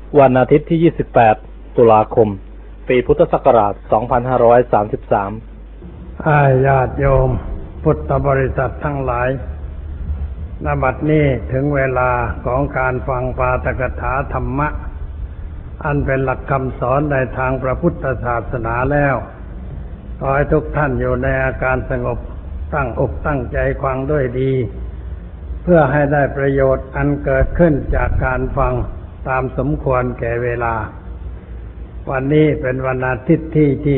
วันอาทิตย์ที่ 28 ตุลาคม ปีพุทธศักราช 2533 ญาติโยมพุทธบริษัททั้งหลาย ณ บัดนี้ถึงเวลาของการฟังปาฐกถาธรรมะ อันเป็นหลักคำสอนในทางพระพุทธศาสนาแล้วขอให้ทุกท่านอยู่ในอาการสงบตั้งอกตั้งใจฟังด้วยดี เพื่อให้ได้ประโยชน์อันเกิดขึ้นจากการฟังตามสมควรแก่เวลาวันนี้เป็นวันอาทิตย์ที่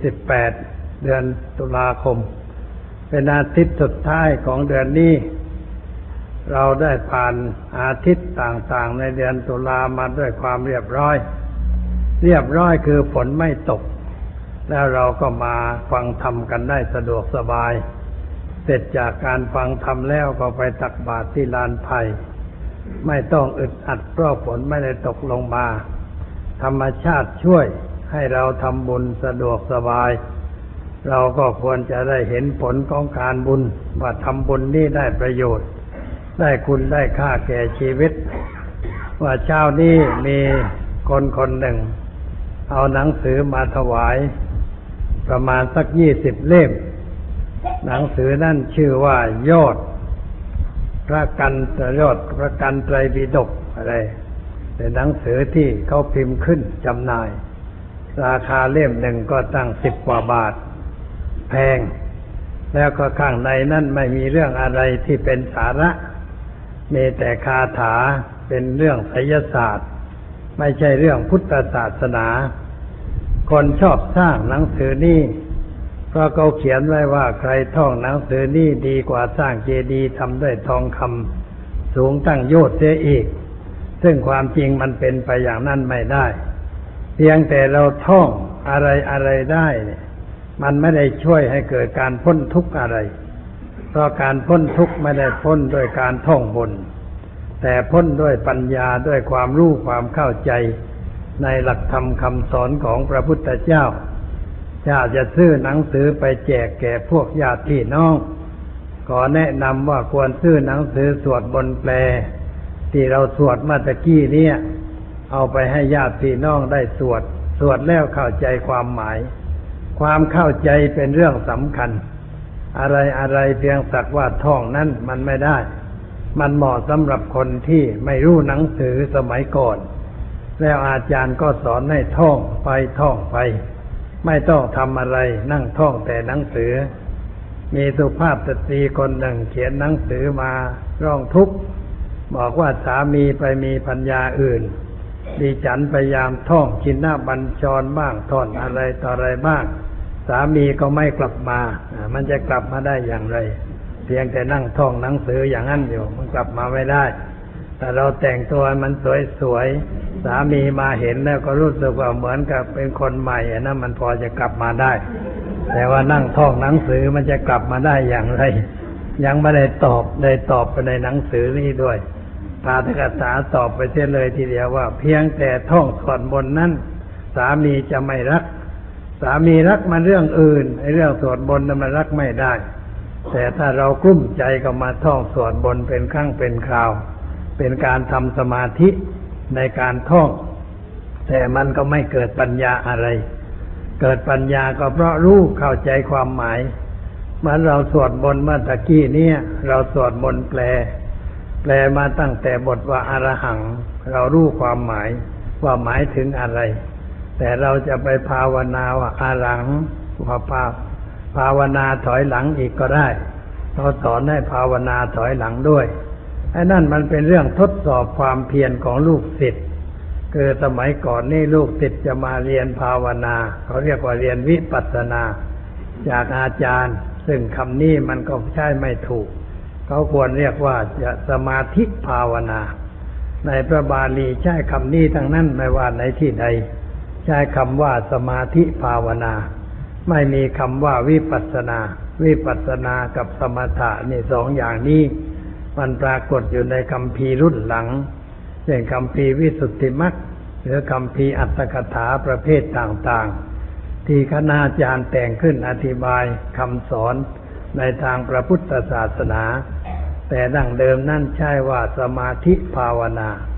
28 เดือนตุลาคมเป็นอาทิตย์สุดท้ายของเดือนนี้เราได้ผ่านอาทิตย์ต่างๆในเดือนตุลามาด้วยความเรียบร้อยคือฝนไม่ตกแล้วเราก็มาฟังธรรมกันได้สะดวกสบายเสร็จจากการฟังธรรมแล้วก็ไปตักบาตรที่ลานไผ่ไม่ต้องอึดอัดเพราะฝนไม่ได้ตกลงมาธรรมชาติช่วยให้เราทำบุญสะดวกสบายเราก็ควรจะได้เห็นผลของการบุญว่าทำบุญนี้ได้ประโยชน์ได้คุณได้ค่าแก่ชีวิตว่าเช้านี้มีคนหนึ่งเอาหนังสือมาถวายประมาณสัก20 เล่มหนังสือนั่นชื่อว่ายอดพระกันไตรปิฎกอะไรเป็นหนังสือที่เขาพิมพ์ขึ้นจำหน่ายราคาเล่มหนึ่งก็ตั้ง10 กว่าบาทแพงแล้วก็ข้างในนั่นไม่มีเรื่องอะไรที่เป็นสาระมีแต่คาถาเป็นเรื่องไสยศาสตร์ไม่ใช่เรื่องพุทธศาสนาคนชอบสร้างหนังสือนี้เพราะเขาเขียนไว้ว่าใครท่องหนังสือนี้ดีกว่าสร้างเจดีย์ทำด้วยทองคำสูงตั้งโยชน์เสียอีกซึ่งความจริงมันเป็นไปอย่างนั้นไม่ได้เพียงแต่เราท่องอะไรได้เนี่ยมันไม่ได้ช่วยให้เกิดการพ้นทุกข์อะไรเพราะการพ้นทุกข์ไม่ได้พ้นด้วยการท่องบนแต่พ้นด้วยปัญญาด้วยความรู้ความเข้าใจในหลักธรรมคำสอนของพระพุทธเจ้าจะซื้อหนังสือไปแจกแก่พวกญาติพี่น้องขอแนะนำว่าควรซื้อหนังสือสวดบนแปลที่เราสวดเมื่อตะกี้นี้เอาไปให้ญาติพี่น้องได้สวดแล้วเข้าใจความหมายความเข้าใจเป็นเรื่องสำคัญอะไรเพียงสักว่าท่องนั้นมันไม่ได้มันเหมาะสำหรับคนที่ไม่รู้หนังสือสมัยก่อนแล้วอาจารย์ก็สอนให้ท่องไปไม่ต้องทำอะไรนั่งท่องแต่หนังสือมีสุภาพสตรีคนหนึ่งเขียนหนังสือมาร้องทุกข์บอกว่าสามีไปมีภรรยาอื่นดิฉันพยายามท่องชินนาบัญชรบ้างท่อนอะไรต่ออะไรบ้างสามีก็ไม่กลับมามันจะกลับมาได้อย่างไรเพียงแต่นั่งท่องหนังสืออย่างนั้นอยู่มันกลับมาไม่ได้แต่เราแต่งตัวมันสวยๆสามีมาเห็นแล้วก็รู้สึกว่าเหมือนกับเป็นคนใหม่นะมันพอจะกลับมาได้แต่ว่านั่งท่องหนังสือมันจะกลับมาได้อย่างไรยังไม่ได้ตอบไปในหนังสือนี้ด้วยปาฐกถาตอบไปเสียเลยทีเดียวว่าเพียงแต่ท่องสวดมนต์นั้นสามีจะไม่รักสามีรักมันเรื่องอื่นเรื่องสวดมนต์มันรักไม่ได้แต่ถ้าเรากลุ้มใจก็มาท่องสวดมนต์เป็นครั้งเป็นคราวเป็นการทำสมาธิในการท่องแต่มันก็ไม่เกิดปัญญาอะไรเกิดปัญญาก็เพราะรู้เข้าใจความหมายเหมือนเราสวดมนต์เมื่อตะกี้นี้เราสวดมนต์แปลมาตั้งแต่บทว่าอรหังเรารู้ความหมายว่าหมายถึงอะไรแต่เราจะไปภาวนาว่าอรหังว่าภาวนาถอยหลังอีกก็ได้เราสอนให้ภาวนาถอยหลังด้วยไอ้นั่นมันเป็นเรื่องทดสอบความเพียรของลูกศิษย์คือสมัยก่อนนี่ลูกศิษย์จะมาเรียนภาวนาเขาเรียกว่าเรียนวิปัสสนาจากอาจารย์ซึ่งคำนี้มันก็ใช้ไม่ถูกเขาควรเรียกว่าจะสมาธิภาวนาในพระบาลีใช้คำนี้ทั้งนั้นไม่ว่าในที่ใดใช้คำว่าสมาธิภาวนาไม่มีคำว่าวิปัสสนากับสมถะนี่สองอย่างนี้มันปรากฏอยู่ในคัมภีร์รุ่นหลังเช่นคัมภีร์วิสุทธิมรรคหรือคัมภีร์อัตถกถาประเภทต่างๆที่คณาจารย์แต่งขึ้นอธิบายคำสอนในทางพระพุทธศาสนาแต่ดั้งเดิมนั่นใช้ว่าสมาธิภาวนา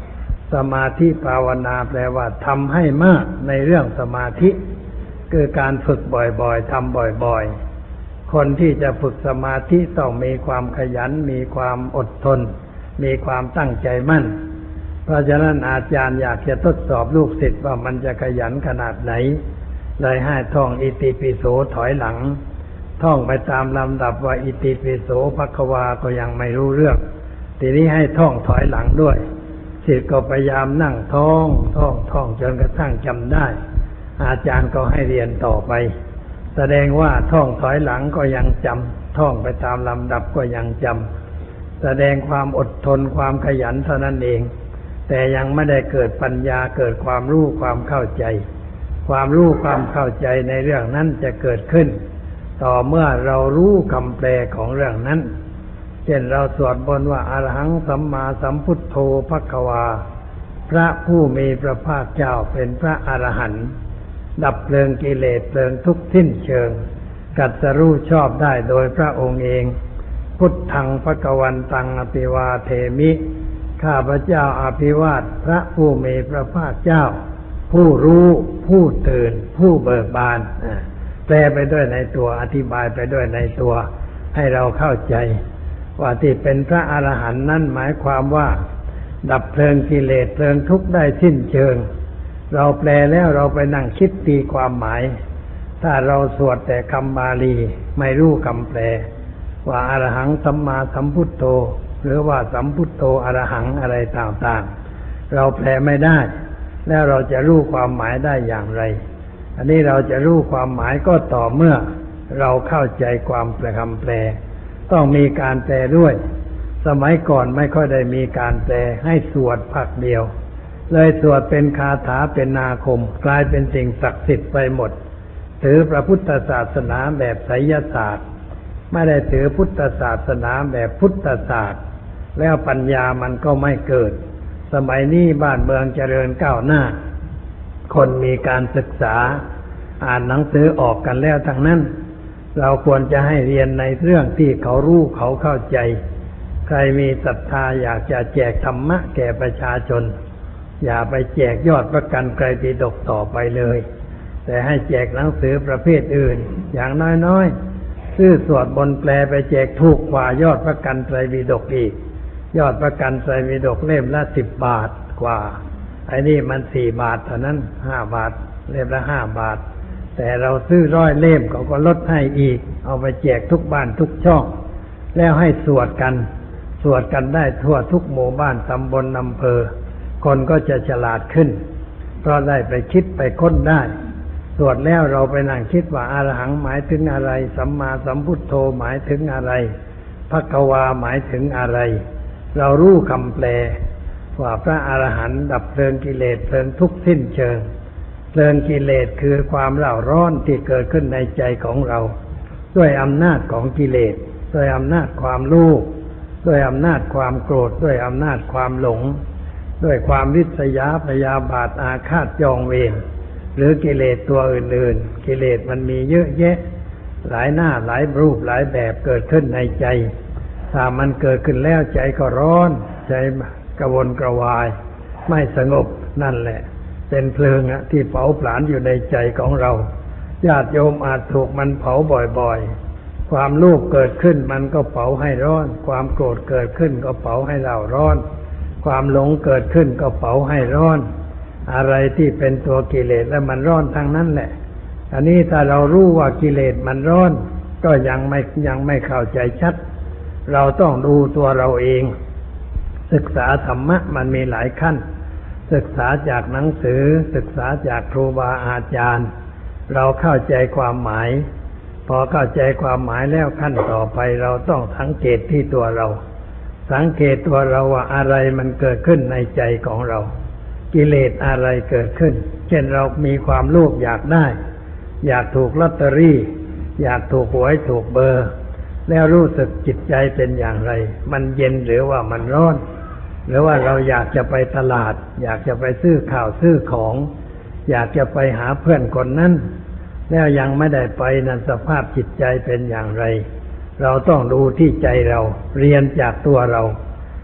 สมาธิภาวนาแปลว่าทำให้มากในเรื่องสมาธิคือการฝึกบ่อยๆทำบ่อยๆคนที่จะฝึกสมาธิต้องมีความขยันมีความอดทนมีความตั้งใจมั่นเพราะฉะนั้นอาจารย์อยากจะทดสอบลูกศิษย์ว่ามันจะขยันขนาดไหนเลยให้ท่องอิติปิโสถอยหลังท่องไปตามลำดับว่าอิติปิโสภควาก็ยังไม่รู้เรื่องทีนี้ให้ท่องถอยหลังด้วยศิษย์ก็พยายามนั่งท่องจนกระทั่งจำได้อาจารย์ก็ให้เรียนต่อไปแสดงว่าท่องถอยหลังก็ยังจำท่องไปตามลำดับก็ยังจำแสดงความอดทนความขยันเท่านั้นเองแต่ยังไม่ได้เกิดปัญญาเกิดความรู้ความเข้าใจความรู้ความเข้าใจในเรื่องนั้นจะเกิดขึ้นต่อเมื่อเรารู้คำแปลของเรื่องนั้นเช่นเราสวดบนว่าอรหังสัมมาสัมพุทโธภควาพระผู้มีพระภาคเจ้าเป็นพระอรหันต์ดับเพลิงกิเลสเพลิงทุกข์สิ้นเชิงตรัสรู้ชอบได้โดยพระองค์เองพุทธังภควันตังอภิวาเทมิข้าพเจ้าอภิวาทพระผู้มีพระภาคเจ้าผู้รู้ผู้ตื่นผู้เบิกบานแปลไปด้วยในตัวอธิบายไปด้วยในตัวให้เราเข้าใจว่าที่เป็นพระอรหันต์นั้นหมายความว่าดับเพลิงกิเลสเพลิงทุกข์ได้สิ้นเชิงเราแปลแล้วเราไปนั่งคิดตีความหมายถ้าเราสวดแต่คำบาลีไม่รู้คำแปลว่าอรหังสัมมาสัมพุทโธหรือว่าสัมพุทโธอรหังอะไรต่างๆเราแปลไม่ได้แล้วเราจะรู้ความหมายได้อย่างไรอันนี้เราจะรู้ความหมายก็ต่อเมื่อเราเข้าใจความแปลคำแปลต้องมีการแปลด้วยสมัยก่อนไม่ค่อยได้มีการแปลให้สวดพักเดียวเลยสวดเป็นคาถาเป็นอาคมกลายเป็นสิ่งศักดิ์สิทธิ์ไปหมดถือพระพุทธศาสนาแบบไสยศาสตร์ไม่ได้ถือพุทธศาสนาแบบพุทธศาสตร์แล้วปัญญามันก็ไม่เกิดสมัยนี้บ้านเมืองเจริญก้าวหน้าคนมีการศึกษาอ่านหนังสือออกกันแล้วทั้งนั้นเราควรจะให้เรียนในเรื่องที่เขารู้เขาเข้าใจใครมีศรัทธาอยากจะแจกธรรมะแก่ประชาชนอย่าไปแจกยอดประกันไตรปิฎกต่อไปเลยแต่ให้แจกหนังสือประเภทอื่นอย่างน้อยๆซื้อสวดบนต์แปลไปแจกถูกกว่ายอดประกันไตรปิฎกอีกยอดประกันไตรปิฎกเล่มละ10 บาทกว่าไอ้นี่มัน4 บาทเท่านั้น5 บาทเล่มละ5 บาทแต่เราซื้อ100 เล่มเขาก็ลดให้อีกเอาไปแจกทุกบ้านทุกช่องแล้วให้สวดกันได้ทั่วทุกหมู่บ้านตำบลอำเภอคนก็จะฉลาดขึ้นเพราะได้ไปคิดไปค้นได้สวดแล้วเราไปนั่งคิดว่าอรหังหมายถึงอะไรสัมมาสัมพุทโธหมายถึงอะไรภควาหมายถึงอะไรเรารู้คำแปลว่าพระอรหันต์ดับเพลิงกิเลสเพลิงทุกข์สิ้นเชิงเพลิงกิเลสคือความเร่าร้อนที่เกิดขึ้นในใจของเราด้วยอำนาจของกิเลสด้วยอำนาจความโลภด้วยอำนาจความโกรธด้วยอำนาจความหลงด้วยความริษยาพยาบาทอาฆาตจองเวรหรือกิเลสตัวอื่นๆกิเลสมันมีเยอะแยะหลายหน้าหลายรูปหลายแบบเกิดขึ้นในใจถ้ามันเกิดขึ้นแล้วใจก็ร้อนใจกระวนกระวายไม่สงบนั่นแหละเป็นเพลิงที่เผาผลาญอยู่ในใจของเราญาติโยมอาจถูกมันเผาบ่อยๆความโลภเกิดขึ้นมันก็เผาให้ร้อนความโกรธเกิดขึ้นก็เผาให้เราร้อนความหลงเกิดขึ้นก็เผาให้ร้อนอะไรที่เป็นตัวกิเลสแล้วมันร้อนทั้งนั้นแหละอันนี้ถ้าเรารู้ว่ากิเลสมันร้อนก็ยังไม่เข้าใจชัดเราต้องดูตัวเราเองศึกษาธรรมะมันมีหลายขั้นศึกษาจากหนังสือศึกษาจากครูบาอาจารย์เราเข้าใจความหมายพอเข้าใจความหมายแล้วขั้นต่อไปเราต้องสังเกตที่ตัวเราสังเกตตัวเราว่าอะไรมันเกิดขึ้นในใจของเรากิเลสอะไรเกิดขึ้นเช่นเรามีความโลภอยากได้อยากถูกลอตเตอรี่อยากถูกหวยถูกเบอร์แล้วรู้สึกจิตใจเป็นอย่างไรมันเย็นหรือว่ามันร้อนหรือว่าเราอยากจะไปตลาดอยากจะไปซื้อข้าวซื้อของอยากจะไปหาเพื่อนคนนั้นแล้วยังไม่ได้ไปนั้นสภาพจิตใจเป็นอย่างไรเราต้องดูที่ใจเราเรียนจากตัวเรา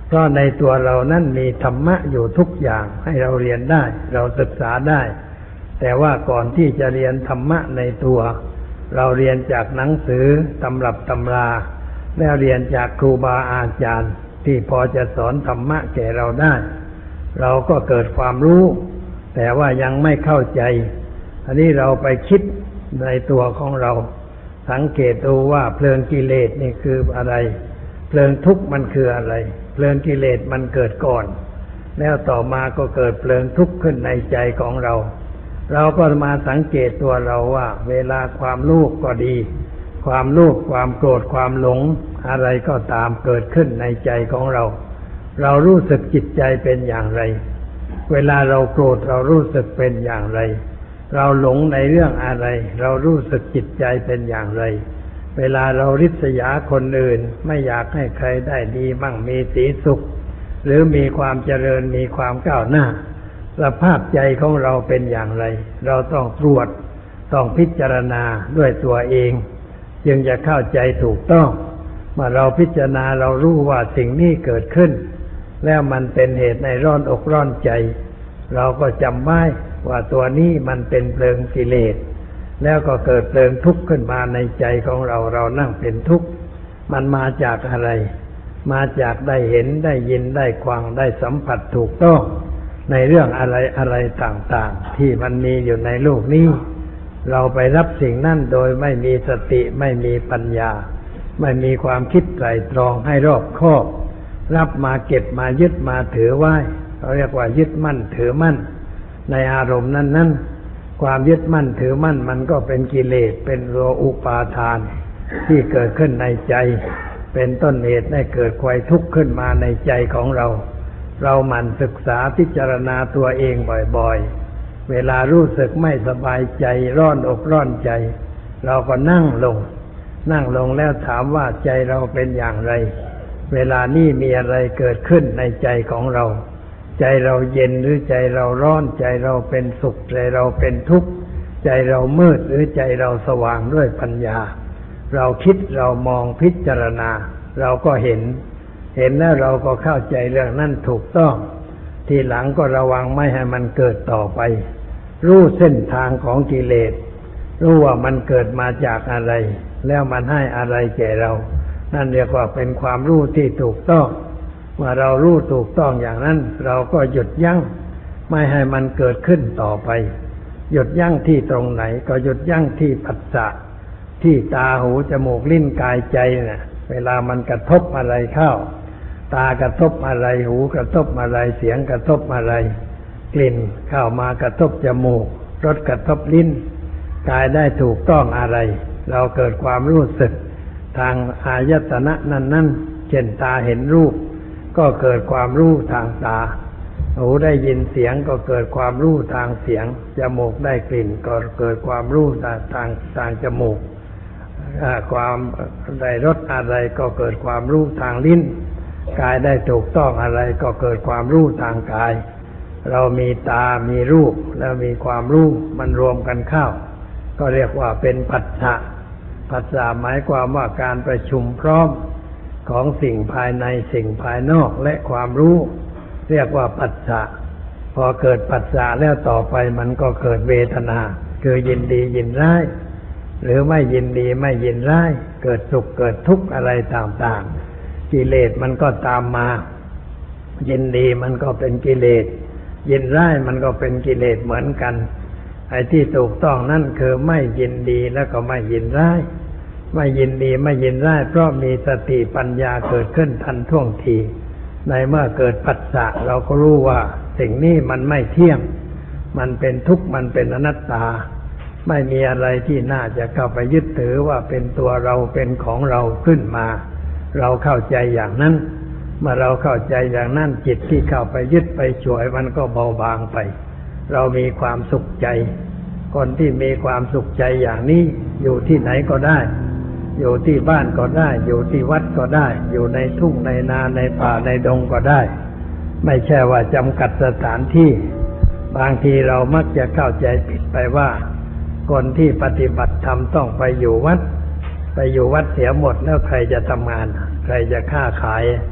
เพราะในตัวเรานั้นมีธรรมะอยู่ทุกอย่างให้เราเรียนได้เราศึกษาได้แต่ว่าก่อนที่จะเรียนธรรมะในตัวเราเรียนจากหนังสือตำรับตำราแล้วเรียนจากครูบาอาจารย์ที่พอจะสอนธรรมะแก่เราได้เราก็เกิดความรู้แต่ว่ายังไม่เข้าใจอันนี้เราไปคิดในตัวของเราสังเกตดูว่าเพลิงกิเลสนี่คืออะไรเพลิงทุกข์มันคืออะไรเพลิงกิเลสมันเกิดก่อนแล้วต่อมาก็เกิดเพลิงทุกข์ขึ้นในใจของเราเราก็มาสังเกตตัวเราว่าเวลาความโลภก็ดีความโลภความโกรธความหลงอะไรก็ตามเกิดขึ้นในใจของเราเรารู้สึกจิตใจเป็นอย่างไรเวลาเราโกรธเรารู้สึกเป็นอย่างไรเราหลงในเรื่องอะไรเรารู้สึกจิตใจเป็นอย่างไรเวลาเราริษยาคนอื่นไม่อยากให้ใครได้ดีมั่งมีสีสุขหรือมีความเจริญมีความก้าวหน้าสภาพใจของเราเป็นอย่างไรเราต้องตรวจต้องพิจารณาด้วยตัวเองจึงจะเข้าใจถูกต้องเมื่อเราพิจารณาเรารู้ว่าสิ่งนี้เกิดขึ้นแล้วมันเป็นเหตุในร้อนอกร้อนใจเราก็จำไว้ว่าตัวนี้มันเป็นเพลิงกิเลสแล้วก็เกิดเพลิงทุกข์ขึ้นมาในใจของเราเรานั่งเป็นทุกข์มันมาจากอะไรมาจากได้เห็นได้ยินได้ฟังได้สัมผัสถูกต้องในเรื่องอะไรต่างๆที่มันมีอยู่ในโลกนี้เราไปรับสิ่งนั้นโดยไม่มีสติไม่มีปัญญาไม่มีความคิดไตร่ตรองให้รอบคอบรับมาเก็บมายึดมาถือไว้เขาเรียกว่ายึดมั่นถือมั่นในอารมณ์นั้นความยึดมั่นถือมั่นมันก็เป็นกิเลสเป็นโลอุปาทานที่เกิดขึ้นในใจเป็นต้นเหตุให้เกิดความทุกข์ขึ้นมาในใจของเราเราหมั่นศึกษาพิจารณาตัวเองบ่อยๆเวลารู้สึกไม่สบายใจร้อนอกร้อนใจเราก็นั่งลงแล้วถามว่าใจเราเป็นอย่างไรเวลานี้มีอะไรเกิดขึ้นในใจของเราใจเราเย็นหรือใจเราร้อนใจเราเป็นสุขใจเราเป็นทุกข์ใจเรามืดหรือใจเราสว่างด้วยปัญญาเราคิดเรามองพิจารณาเราก็เห็นแล้วเราก็เข้าใจเรื่องนั้นถูกต้องทีหลังก็ระวังไม่ให้มันเกิดต่อไปรู้เส้นทางของกิเลสรู้ว่ามันเกิดมาจากอะไรแล้วมันให้อะไรแก่เรานั่นเรียกว่าเป็นความรู้ที่ถูกต้องเมื่อเรารู้ถูกต้องอย่างนั้นเราก็หยุดยั้งไม่ให้มันเกิดขึ้นต่อไปหยุดยั้งที่ตรงไหนก็หยุดยั้งที่ผัสสะที่ตาหูจมูกลิ้นกายใจน่ะเวลามันกระทบอะไรเข้าตากระทบอะไรหูกระทบอะไรเสียงกระทบอะไรกลิ่นเข้ามากระทบจมูกรสกระทบลิ้นกายได้ถูกต้องอะไรเราเกิดความรู้สึกทางอายตนะนั้นเช่นตาเห็นรูปก็เกิดความรู้ทางตาหูได้ยินเสียงก็เกิดความรู้ทางเสียงจมูกได้กลิ่นก็เกิดความรู้ทางจมูกความได้รสอะไรก็เกิดความรู้ทางลิ้นกายได้ถูกต้องอะไรก็เกิดความรู้ทางกายเรามีตามีรูปแล้วมีความรู้มันรวมกันเข้าก็เรียกว่าเป็นผัสสะหมายความว่าการประชุมพร้อมของสิ่งภายในสิ่งภายนอกและความรู้เรียกว่าผัสสะพอเกิดผัสสะแล้วต่อไปมันก็เกิดเวทนาคือยินดียินร้ายหรือไม่ยินดีไม่ยินร้ายเกิดสุขเกิดทุกข์อะไรต่างๆกิเลสมันก็ตามมายินดีมันก็เป็นกิเลสยินร้ายมันก็เป็นกิเลสเหมือนกันไอ้ที่ถูกต้องนั่นคือไม่ยินดีแล้วก็ไม่ยินร้ายไม่ยินดีไม่ยินร้ายเพราะมีสติปัญญาเกิดขึ้นทันท่วงทีในเมื่อเกิดผัสสะเราก็รู้ว่าสิ่งนี้มันไม่เที่ยงมันเป็นทุกข์มันเป็นอนัตตาไม่มีอะไรที่น่าจะเข้าไปยึดถือว่าเป็นตัวเราเป็นของเราขึ้นมาเราเข้าใจอย่างนั้นเมื่อเราเข้าใจอย่างนั้นจิตที่เข้าไปยึดไปฉวยมันก็เบาบางไปเรามีความสุขใจคนที่มีความสุขใจอย่างนี้อยู่ที่ไหนก็ได้อยู่ที่บ้านก็ได้อยู่ที่วัดก็ได้อยู่ในทุ่งในนาในป่าในดงก็ได้ไม่ใช่ว่าจำกัดสถานที่บางทีเรามักจะเข้าใจผิดไปว่าคนที่ปฏิบัติธรรมต้องไปอยู่วัดเสียหมดแล้วใครจะทำงานใครจะค้าขาย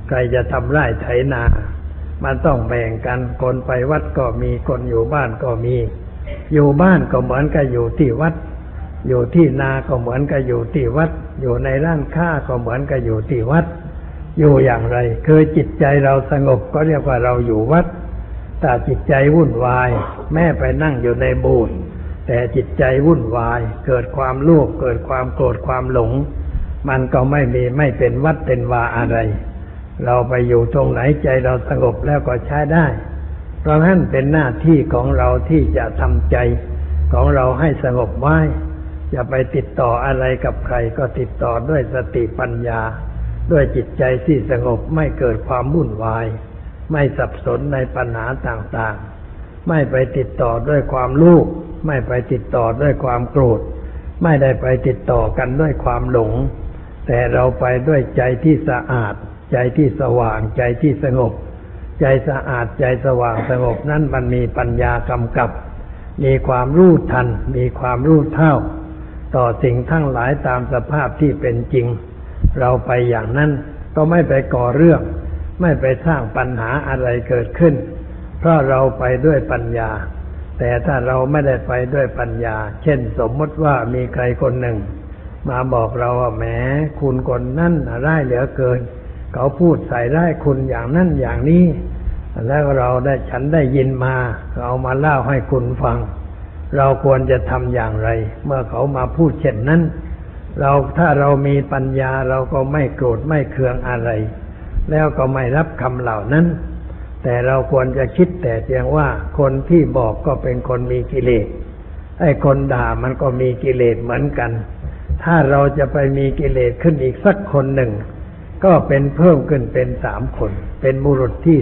ใครจะทำไร่ไถนามันต้องแบ่งกันคนไปวัดก็มีคนอยู่บ้านก็มีอยู่บ้านก็เหมือนกับอยู่ที่วัดอยู่ที่นาก็เหมือนกับอยู่ที่วัดอยู่ในร้านค้าก็เหมือนกับอยู่ที่วัดอยู่อย่างไรคือจิตใจเราสงบก็เรียกว่าเราอยู่วัดถ้าจิตใจวุ่นวายแม้ไปนั่งอยู่ในโบสถ์แต่จิตใจวุ่นวายเกิดความโลภเกิดความโกรธความหลงมันก็ไม่เป็นวัดเป็นวาอะไรเราไปอยู่ตรงไหนใจเราสงบแล้วก็ใช้ได้เพราะฉะนั้นเป็นหน้าที่ของเราที่จะทำใจของเราให้สงบไว้อย่าไปติดต่ออะไรกับใครก็ติดต่อด้วยสติปัญญาด้วยจิตใจที่สงบไม่เกิดความวุ่นวายไม่สับสนในปัญหาต่างๆไม่ไปติดต่อด้วยความโลภไม่ไปติดต่อด้วยความโกรธไม่ได้ไปติดต่อกันด้วยความหลงแต่เราไปด้วยใจที่สะอาดใจที่สว่างใจที่สงบใจสะอาดใจสว่างสงบนั้นมันมีปัญญากำกับมีความรู้ทันมีความรู้เท่าต่อสิ่งทั้งหลายตามสภาพที่เป็นจริงเราไปอย่างนั้นก็ไม่ไปก่อเรื่องไม่ไปสร้างปัญหาอะไรเกิดขึ้นเพราะเราไปด้วยปัญญาแต่ถ้าเราไม่ได้ไปด้วยปัญญาเช่นสมมติว่ามีใครคนหนึ่งมาบอกเราว่าแหมคุณคนนั้นร้ายเหลือเกินเขาพูดใส่ร้ายคุณอย่างนั้นอย่างนี้แล้วฉันได้ยินมาเอามาเล่าให้คุณฟังเราควรจะทำอย่างไรเมื่อเขามาพูดเช่นนั้นถ้าเรามีปัญญาเราก็ไม่โกรธไม่เคืองอะไรแล้วก็ไม่รับคำเหล่านั้นแต่เราควรจะคิดแต่เพียงว่าคนที่บอกก็เป็นคนมีกิเลสไอ้คนด่ามันก็มีกิเลสเหมือนกันถ้าเราจะไปมีกิเลสขึ้นอีกสักคนหนึ่งก็เป็นเพิ่มขึ้นเป็น3 คนเป็นบุรุษที่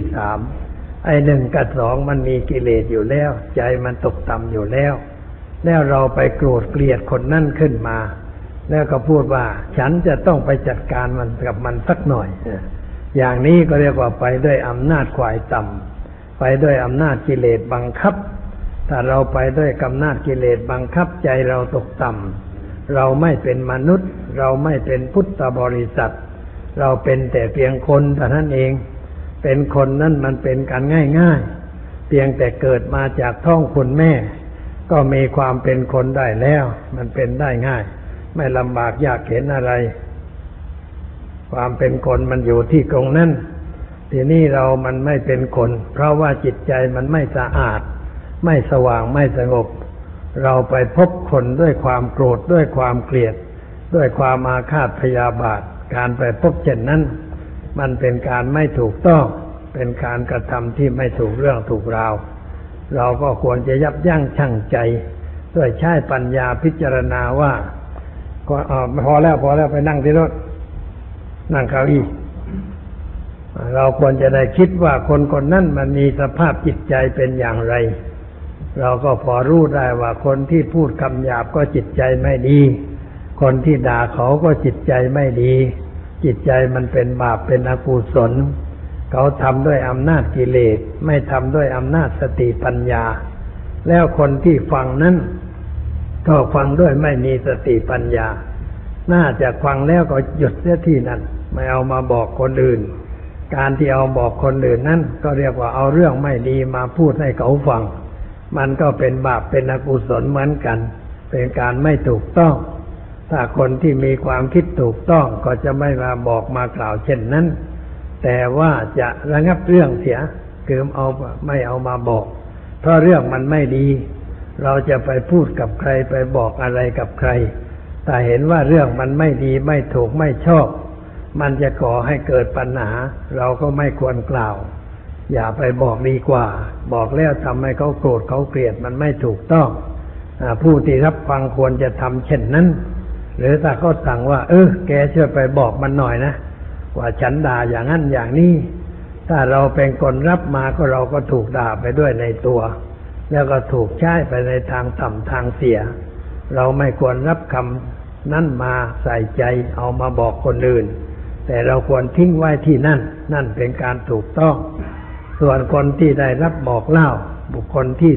3ไอ้1กับ2มันมีกิเลสอยู่แล้วใจมันตกต่ำอยู่แล้วเราไปโกรธเกลียดคนนั่นขึ้นมาแล้วก็พูดว่าฉันจะต้องไปจัดการมันกับมันสักหน่อยอย่างนี้ก็เรียกว่าไปด้วยอำนาจฝ่ายต่ำไปด้วยอำนาจกิเลสบังคับถ้าเราไปด้วยอำนาจกิเลสบังคับใจเราตกต่ำเราไม่เป็นมนุษย์เราไม่เป็นพุทธบริษัทเราเป็นแต่เพียงคนเท่านั้นเองเป็นคนนั่นมันเป็นกันง่ายๆเพียงแต่เกิดมาจากท้องคุณแม่ก็มีความเป็นคนได้แล้วมันเป็นได้ง่ายไม่ลำบากยากเข็ญอะไรความเป็นคนมันอยู่ที่ตรงนั้นทีนี้มันไม่เป็นคนเพราะว่าจิตใจมันไม่สะอาดไม่สว่างไม่สงบเราไปพบคนด้วยความโกรธด้วยความเกลียดด้วยความอาฆาตพยาบาทการไปพบเช่นนั้นมันเป็นการไม่ถูกต้องเป็นการกระทำที่ไม่ถูกเรื่องถูกราวเราก็ควรจะยับยั้งชั่งใจด้วยใช้ปัญญาพิจารณาว่าพอแล้วไปนั่งที่รถนั่งเก้าอี้เราควรจะได้คิดว่าคนคนนั้นมันมีสภาพจิตใจเป็นอย่างไรเราก็พอรู้ได้ว่าคนที่พูดคำหยาบก็จิตใจไม่ดีคนที่ด่าเขาก็จิตใจไม่ดีจิตใจมันเป็นบาปเป็นอกุศลเขาทำด้วยอำนาจกิเลสไม่ทำด้วยอำนาจสติปัญญาแล้วคนที่ฟังนั้นก็ฟังด้วยไม่มีสติปัญญาน่าจะฟังแล้วก็หยุดเสียที่นั่นไม่เอามาบอกคนอื่นการที่เอาบอกคนอื่นนั้นก็เรียกว่าเอาเรื่องไม่ดีมาพูดให้เขาฟังมันก็เป็นบาปเป็นอกุศลเหมือนกันเป็นการไม่ถูกต้องถ้าคนที่มีความคิดถูกต้องก็จะไม่มาบอกมากล่าวเช่นนั้นแต่ว่าจะระงับเรื่องเสียคือไม่เอามาบอกเพราะเรื่องมันไม่ดีเราจะไปพูดกับใครไปบอกอะไรกับใครแต่เห็นว่าเรื่องมันไม่ดีไม่ถูกไม่ชอบมันจะก่อให้เกิดปัญหาเราก็ไม่ควรกล่าวอย่าไปบอกดีกว่าบอกแล้วทำให้เขาโกรธเขาเกลียดมันไม่ถูกต้องผู้ที่รับฟังควรจะทำเช่นนั้นหรือถ้าเขาสั่งว่าแกช่วยไปบอกมันหน่อยนะว่าฉันด่าอย่างนั้นอย่างนี้ถ้าเราเป็นคนรับมาก็เราก็ถูกด่าไปด้วยในตัวแล้วก็ถูกใช้ไปในทางต่ำทางเสียเราไม่ควรรับคำนั้นมาใส่ใจเอามาบอกคนอื่นแต่เราควรทิ้งไว้ที่นั่นเป็นการถูกต้องส่วนคนที่ได้รับบอกเล่าบุคคลที่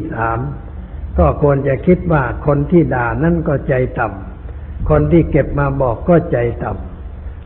3ก็ควรจะคิดว่าคนที่ด่านั่นก็ใจต่ำคนที่เก็บมาบอกก็ใจต่ำ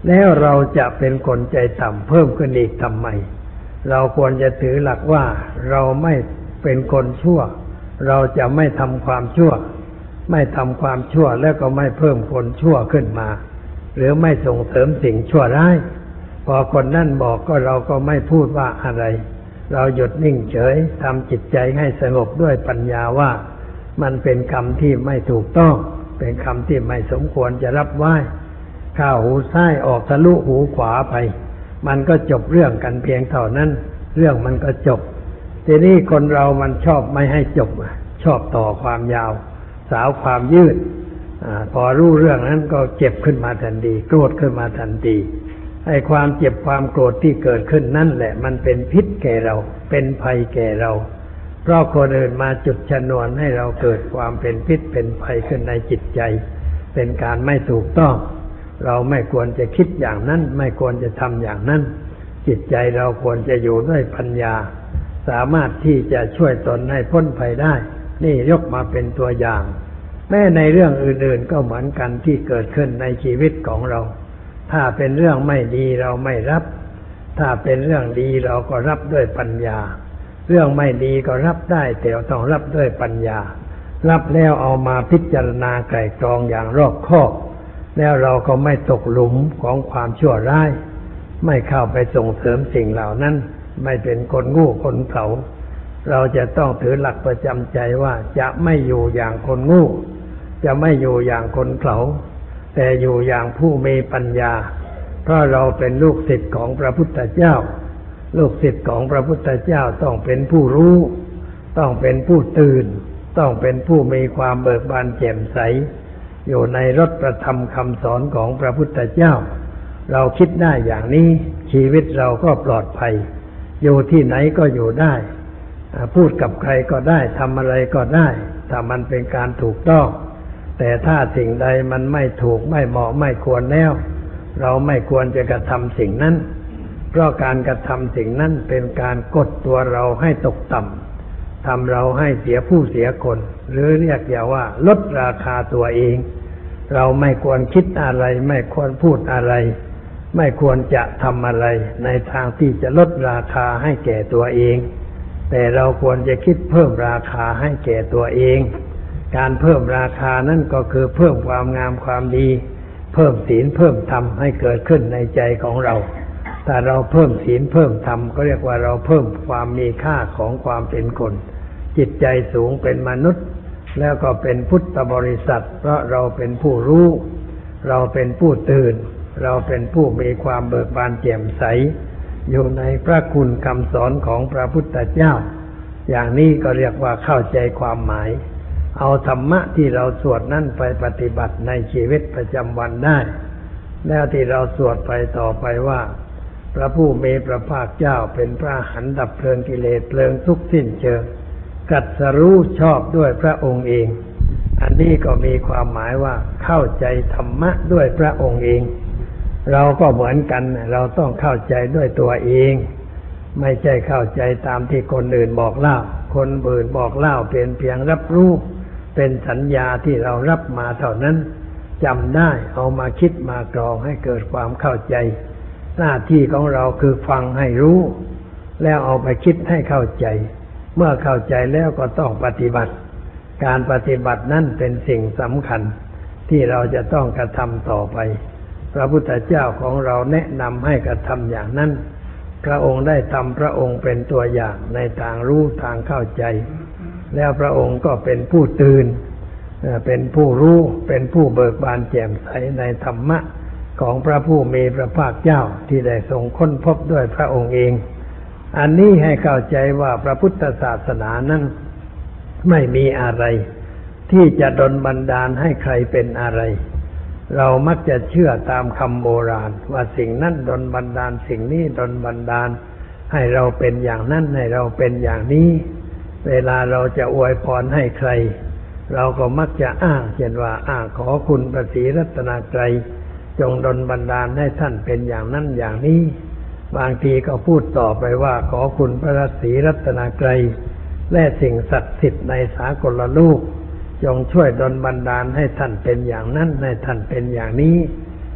แล้วเราจะเป็นคนใจต่ำเพิ่มขึ้นอีกทำไมเราควรจะถือหลักว่าเราไม่เป็นคนชั่วเราจะไม่ทำความชั่วไม่ทำความชั่วแล้วก็ไม่เพิ่มคนชั่วขึ้นมาหรือไม่ส่งเสริมสิ่งชั่วร้ายพอคนนั่นบอกก็เราก็ไม่พูดว่าอะไรเราหยุดนิ่งเฉยทำจิตใจให้สงบด้วยปัญญาว่ามันเป็นคำที่ไม่ถูกต้องเป็นคำที่ไม่สมควรจะรับไหว้เข้าหูซ้ายออกทะลุหูขวาไปมันก็จบเรื่องกันเพียงเท่านั้นเรื่องมันก็จบทีนี้คนเรามันชอบไม่ให้จบชอบต่อความยาวสาวความยืดพอรู้เรื่องนั้นก็เจ็บขึ้นมาทันทีโกรธขึ้นมาทันทีไอ้ความเจ็บความโกรธที่เกิดขึ้นนั่นแหละมันเป็นพิษแก่เราเป็นภัยแก่เราเพราะคนอื่นมาจุดชนวนให้เราเกิดความเป็นพิษเป็นภัยขึ้นในจิตใจเป็นการไม่ถูกต้องเราไม่ควรจะคิดอย่างนั้นไม่ควรจะทำอย่างนั้นจิตใจเราควรจะอยู่ด้วยปัญญาสามารถที่จะช่วยตนให้พ้นภัยได้นี่ยกมาเป็นตัวอย่างแม้ในเรื่องอื่นๆก็เหมือนกันที่เกิดขึ้นในชีวิตของเราถ้าเป็นเรื่องไม่ดีเราไม่รับถ้าเป็นเรื่องดีเราก็รับด้วยปัญญาเรื่องไม่ดีก็รับได้แต่ต้องรับด้วยปัญญารับแล้วเอามาพิจารณาไตร่ตรองอย่างรอบคอบแล้วเราก็ไม่ตกหลุมของความชั่วร้ายไม่เข้าไปส่งเสริมสิ่งเหล่านั้นไม่เป็นคนโง่คนเขลาเราจะต้องถือหลักประจำใจว่าจะไม่อยู่อย่างคนโง่จะไม่อยู่อย่างคนเขลาแต่อยู่อย่างผู้มีปัญญาเพราะเราเป็นลูกศิษย์ของพระพุทธเจ้าลูกศิษย์ของพระพุทธเจ้าต้องเป็นผู้รู้ต้องเป็นผู้ตื่นต้องเป็นผู้มีความเบิกบานแจ่มใสอยู่ในรถประธรรมคำสอนของพระพุทธเจ้าเราคิดได้อย่างนี้ชีวิตเราก็ปลอดภัยอยู่ที่ไหนก็อยู่ได้พูดกับใครก็ได้ทำอะไรก็ได้ถ้ามันเป็นการถูกต้องแต่ถ้าสิ่งใดมันไม่ถูกไม่เหมาะไม่ควรแล้วเราไม่ควรจะกระทำสิ่งนั้นเพราะการกระทำสิ่งนั้นเป็นการกดตัวเราให้ตกต่ำทำเราให้เสียผู้เสียคนหรือเรียกอย่างว่าลดราคาตัวเองเราไม่ควรคิดอะไรไม่ควรพูดอะไรไม่ควรจะทำอะไรในทางที่จะลดราคาให้แก่ตัวเองแต่เราควรจะคิดเพิ่มราคาให้แก่ตัวเองการเพิ่มราคานั่นก็คือเพิ่มความงามความดีเพิ่มศีลเพิ่มธรรมให้เกิดขึ้นในใจของเราถ้าเราเพิ่มศีลเพิ่มธรรมก็เรียกว่าเราเพิ่มความมีค่าของความเป็นคนจิตใจสูงเป็นมนุษย์แล้วก็เป็นพุทธบริษัทเพราะเราเป็นผู้รู้เราเป็นผู้ตื่นเราเป็นผู้มีความเบิกบานแจ่มใสอยู่ในพระคุณคำสอนของพระพุทธเจ้าอย่างนี้ก็เรียกว่าเข้าใจความหมายเอาธรรมะที่เราสวดนั่นไปปฏิบัติในชีวิตประจำวันได้แล้วที่เราสวดไปต่อไปว่าพระผู้มีพระภาคเจ้าเป็นพระอรหันต์ดับเพลิงกิเลสเพลิงทุกข์สิ้นเชิงตรัสรู้ชอบด้วยพระองค์เองอันนี้ก็มีความหมายว่าเข้าใจธรรมะด้วยพระองค์เองเราก็เหมือนกันเราต้องเข้าใจด้วยตัวเองไม่ใช่เข้าใจตามที่คนอื่นบอกเล่าคนอื่นบอกเล่าเป็นเพียงรับรู้เป็นสัญญาที่เรารับมาเท่านั้นจำได้เอามาคิดมากรองให้เกิดความเข้าใจหน้าที่ของเราคือฟังให้รู้แล้วเอาไปคิดให้เข้าใจเมื่อเข้าใจแล้วก็ต้องปฏิบัติการปฏิบัตินั้นเป็นสิ่งสำคัญที่เราจะต้องกระทำต่อไปพระพุทธเจ้าของเราแนะนำให้กระทำอย่างนั้นพระองค์ได้ทำพระองค์เป็นตัวอย่างในทางรู้ทางเข้าใจแล้วพระองค์ก็เป็นผู้ตื่นเป็นผู้รู้เป็นผู้เบิกบานแจ่มใสในธรรมะของพระผู้มีพระภาคเจ้าที่ได้ทรงค้นพบด้วยพระองค์เองอันนี้ให้เข้าใจว่าพระพุทธศาสนานั้นไม่มีอะไรที่จะดลบันดาลให้ใครเป็นอะไรเรามักจะเชื่อตามคำโบราณว่าสิ่งนั้นดลบันดาลสิ่งนี้ดลบันดาลให้เราเป็นอย่างนั้นให้เราเป็นอย่างนี้เวลาเราจะอวยพรให้ใครเราก็มักจะอ้างเช่นว่าขอคุณพระศรีรัตนตรัยจงดลบันดาลให้ท่านเป็นอย่างนั้นอย่างนี้บางทีก็พูดต่อไปว่าขอคุณพระศรีรัตนตรัยและสิ่งศักดิ์สิทธิ์ในสากลโลกจงช่วยดลบันดาลให้ท่านเป็นอย่างนั้นให้ท่านเป็นอย่างนี้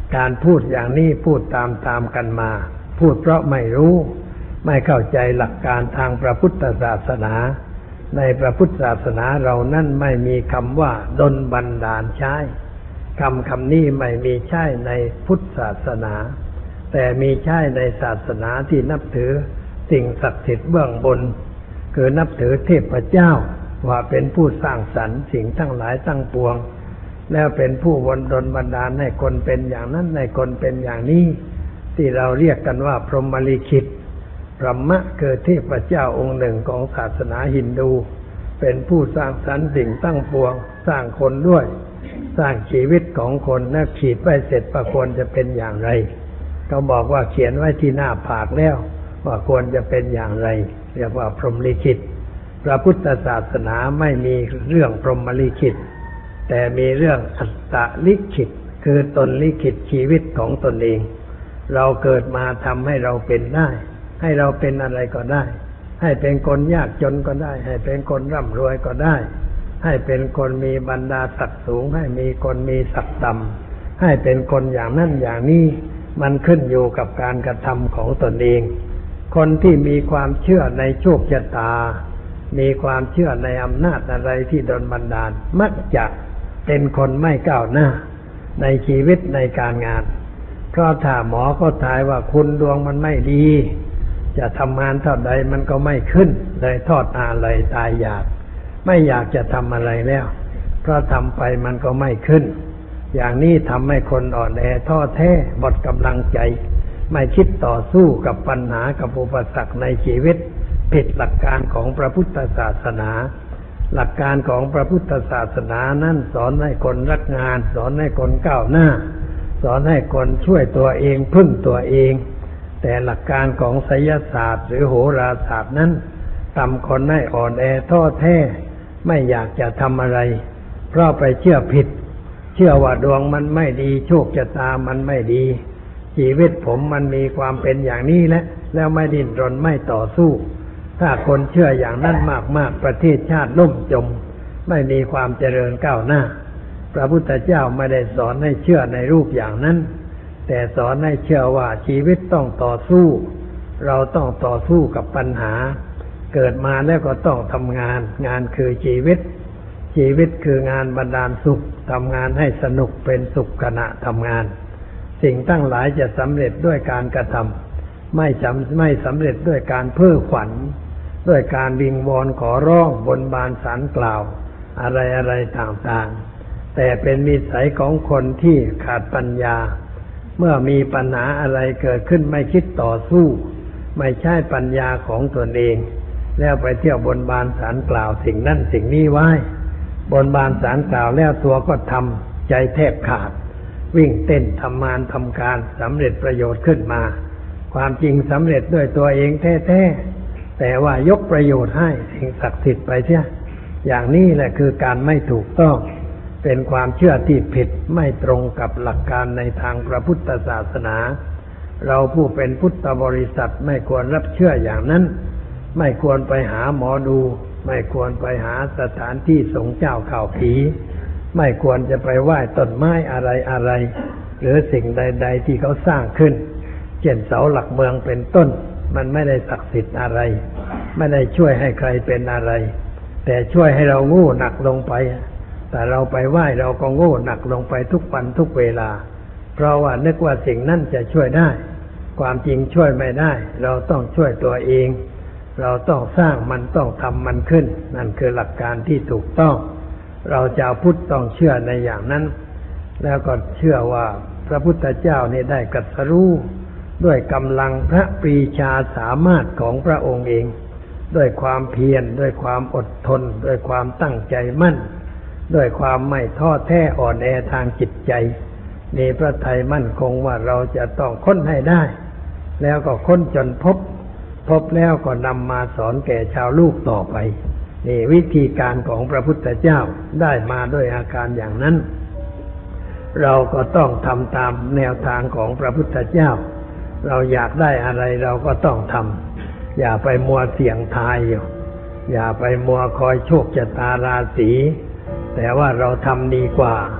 การพูดอย่างนี้พูดตามกันมา พูดเพราะไม่รู้ไม่เข้าใจหลักการทางพระพุทธศาสนาในพระพุทธศาสนาเรานั่นไม่มีคำว่าดลบันดาลใช้คำนี้ไม่มีใช้ในพุทธศาสนาแต่มีใช้ในศาสนาที่นับถือสิ่งศักดิ์สิทธิ์เบื้องบนคือนับถือเทพเจ้าว่าเป็นผู้สร้างสรรค์สิ่งทั้งหลายทั้งปวงแล้วเป็นผู้ดลบันดาลให้คนเป็นอย่างนั้นให้คนเป็นอย่างนี้ที่เราเรียกกันว่าพรหมลิขิตพรหมะคือเทพเจ้าองค์หนึ่งของศาสนาฮินดูเป็นผู้สร้างสรรค์สิ่งตั้งปวงสร้างคนด้วยสร้างชีวิตของคนแล้วขีดไว้เสร็จว่าควรจะเป็นอย่างไรเขาบอกว่าเขียนไว้ที่หน้าผากแล้วว่าควรจะเป็นอย่างไรเรียกว่าพรหมลิขิตพระพุทธศาสนาไม่มีเรื่องพรหมลิขิตแต่มีเรื่องอัตตลิขิตคือตนลิขิตชีวิตของตนเองเราเกิดมาทำให้เราเป็นได้ให้เราเป็นอะไรก็ได้ให้เป็นคนยากจนก็ได้ให้เป็นคนร่ำรวยก็ได้ให้เป็นคนมีบรรดาศักดิ์สูงให้มีคนมีศักดิ์ต่ำให้เป็นคนอย่างนั้นอย่างนี้มันขึ้นอยู่กับการกระทำของตนเองคนที่มีความเชื่อในโชคชะตามีความเชื่อในอำนาจอะไรที่ดลบันดาลมักจะเป็นคนไม่ก้าวหน้าในชีวิตในการงานเพราะถ้าหมอก็ทายว่าคุณดวงมันไม่ดีจะทำงานเท่าใดมันก็ไม่ขึ้นเลยทอดอาลัยตายอยากไม่อยากจะทำอะไรแล้วเพราะทำไปมันก็ไม่ขึ้นอย่างนี้ทำให้คนอ่อนแอท้อแท้หมดกำลังใจไม่คิดต่อสู้กับปัญหากับอุปสรรคในชีวิตผิดหลักการของพระพุทธศาสนาหลักการของพระพุทธศาสนานั้นสอนให้คนรักงานสอนให้คนก้าวหน้าสอนให้คนช่วยตัวเองพึ่งตัวเองแต่หลักการของไสยศาสตร์หรือโหราศาสตร์นั้นทำคนให้อ่อนแอท้อแท้ไม่อยากจะทำอะไรเพราะไปเชื่อผิดเชื่อว่าดวงมันไม่ดีโชคชะตามันไม่ดีชีวิตผมมันมีความเป็นอย่างนี้แล้วไม่ดิ้นรนไม่ต่อสู้ถ้าคนเชื่ออย่างนั้นมากๆประเทศชาติล่มจมไม่มีความเจริญก้าวหน้าพระพุทธเจ้าไม่ได้สอนให้เชื่อในรูปอย่างนั้นแต่สอนให้เชื่อว่าชีวิตต้องต่อสู้เราต้องต่อสู้กับปัญหาเกิดมาแล้วก็ต้องทำงานงานคือชีวิตชีวิตคืองานบันดาลสุขทำงานให้สนุกเป็นสุขขณะทำงานสิ่งตั้งหลายจะสำเร็จด้วยการกระทำไม่สำเร็จด้วยการเพ้อฝันด้วยการวิงวอนขอร้องบนบานศาลกล่าวอะไรต่างๆแต่เป็นนิสัยของคนที่ขาดปัญญาเมื่อมีปัญหาอะไรเกิดขึ้นไม่คิดต่อสู้ไม่ใช่ปัญญาของตนเองแล้วไปเที่ยวบนบานศาลกล่าวสิ่งนั้นสิ่งนี้ไว้บนบานศาลกล่าวแล้วตัวก็ทำใจแทบขาดวิ่งเต้นทำงานทำการสำเร็จประโยชน์ขึ้นมาความจริงสำเร็จด้วยตัวเองแท้ๆแต่ว่ายกประโยชน์ให้สิ่งศักดิ์สิทธิ์ไปเสียอย่างนี้แหละคือการไม่ถูกต้องเป็นความเชื่อที่ผิดไม่ตรงกับหลักการในทางพระพุทธศาสนาเราผู้เป็นพุทธบริษัทไม่ควรรับเชื่ออย่างนั้นไม่ควรไปหาหมอดูไม่ควรไปหาสถานที่สงฆ์เจ้าข่าวผีไม่ควรจะไปไหว้ต้นไม้อะไรหรือสิ่งใดๆที่เขาสร้างขึ้นเช่นเสาหลักเมืองเป็นต้นมันไม่ได้ศักดิ์สิทธิ์อะไรไม่ได้ช่วยให้ใครเป็นอะไรแต่ช่วยให้เราโง่หนักลงไปแต่เราไปไหว้เราก็โง่หนักลงไปทุกวันทุกเวลาเพราะว่านึกว่าสิ่งนั้นจะช่วยได้ความจริงช่วยไม่ได้เราต้องช่วยตัวเองเราต้องสร้างมันต้องทำมันขึ้นนั่นคือหลักการที่ถูกต้องเราชาวพุทธต้องเชื่อในอย่างนั้นแล้วก็เชื่อว่าพระพุทธเจ้านี่ได้ตรัสรู้ด้วยกำลังพระปรีชาสามารถของพระองค์เองด้วยความเพียรด้วยความอดทนด้วยความตั้งใจมั่นด้วยความไม่ท้อแท้อ่อนแอทางจิตใจมีพระทัยมั่นคงว่าเราจะต้องค้นให้ได้แล้วก็ค้นจนพบแล้วก็นำมาสอนแก่ชาวลูกต่อไปนี่วิธีการของพระพุทธเจ้าได้มาด้วยอาการอย่างนั้นเราก็ต้องทำตามแนวทางของพระพุทธเจ้าเราอยากได้อะไรเราก็ต้องทำอย่าไปมัวเสี่ยงทายอยู่อย่าไปมัวคอยโชคชะตาราศีแต่ว่าเราทำดีกว่า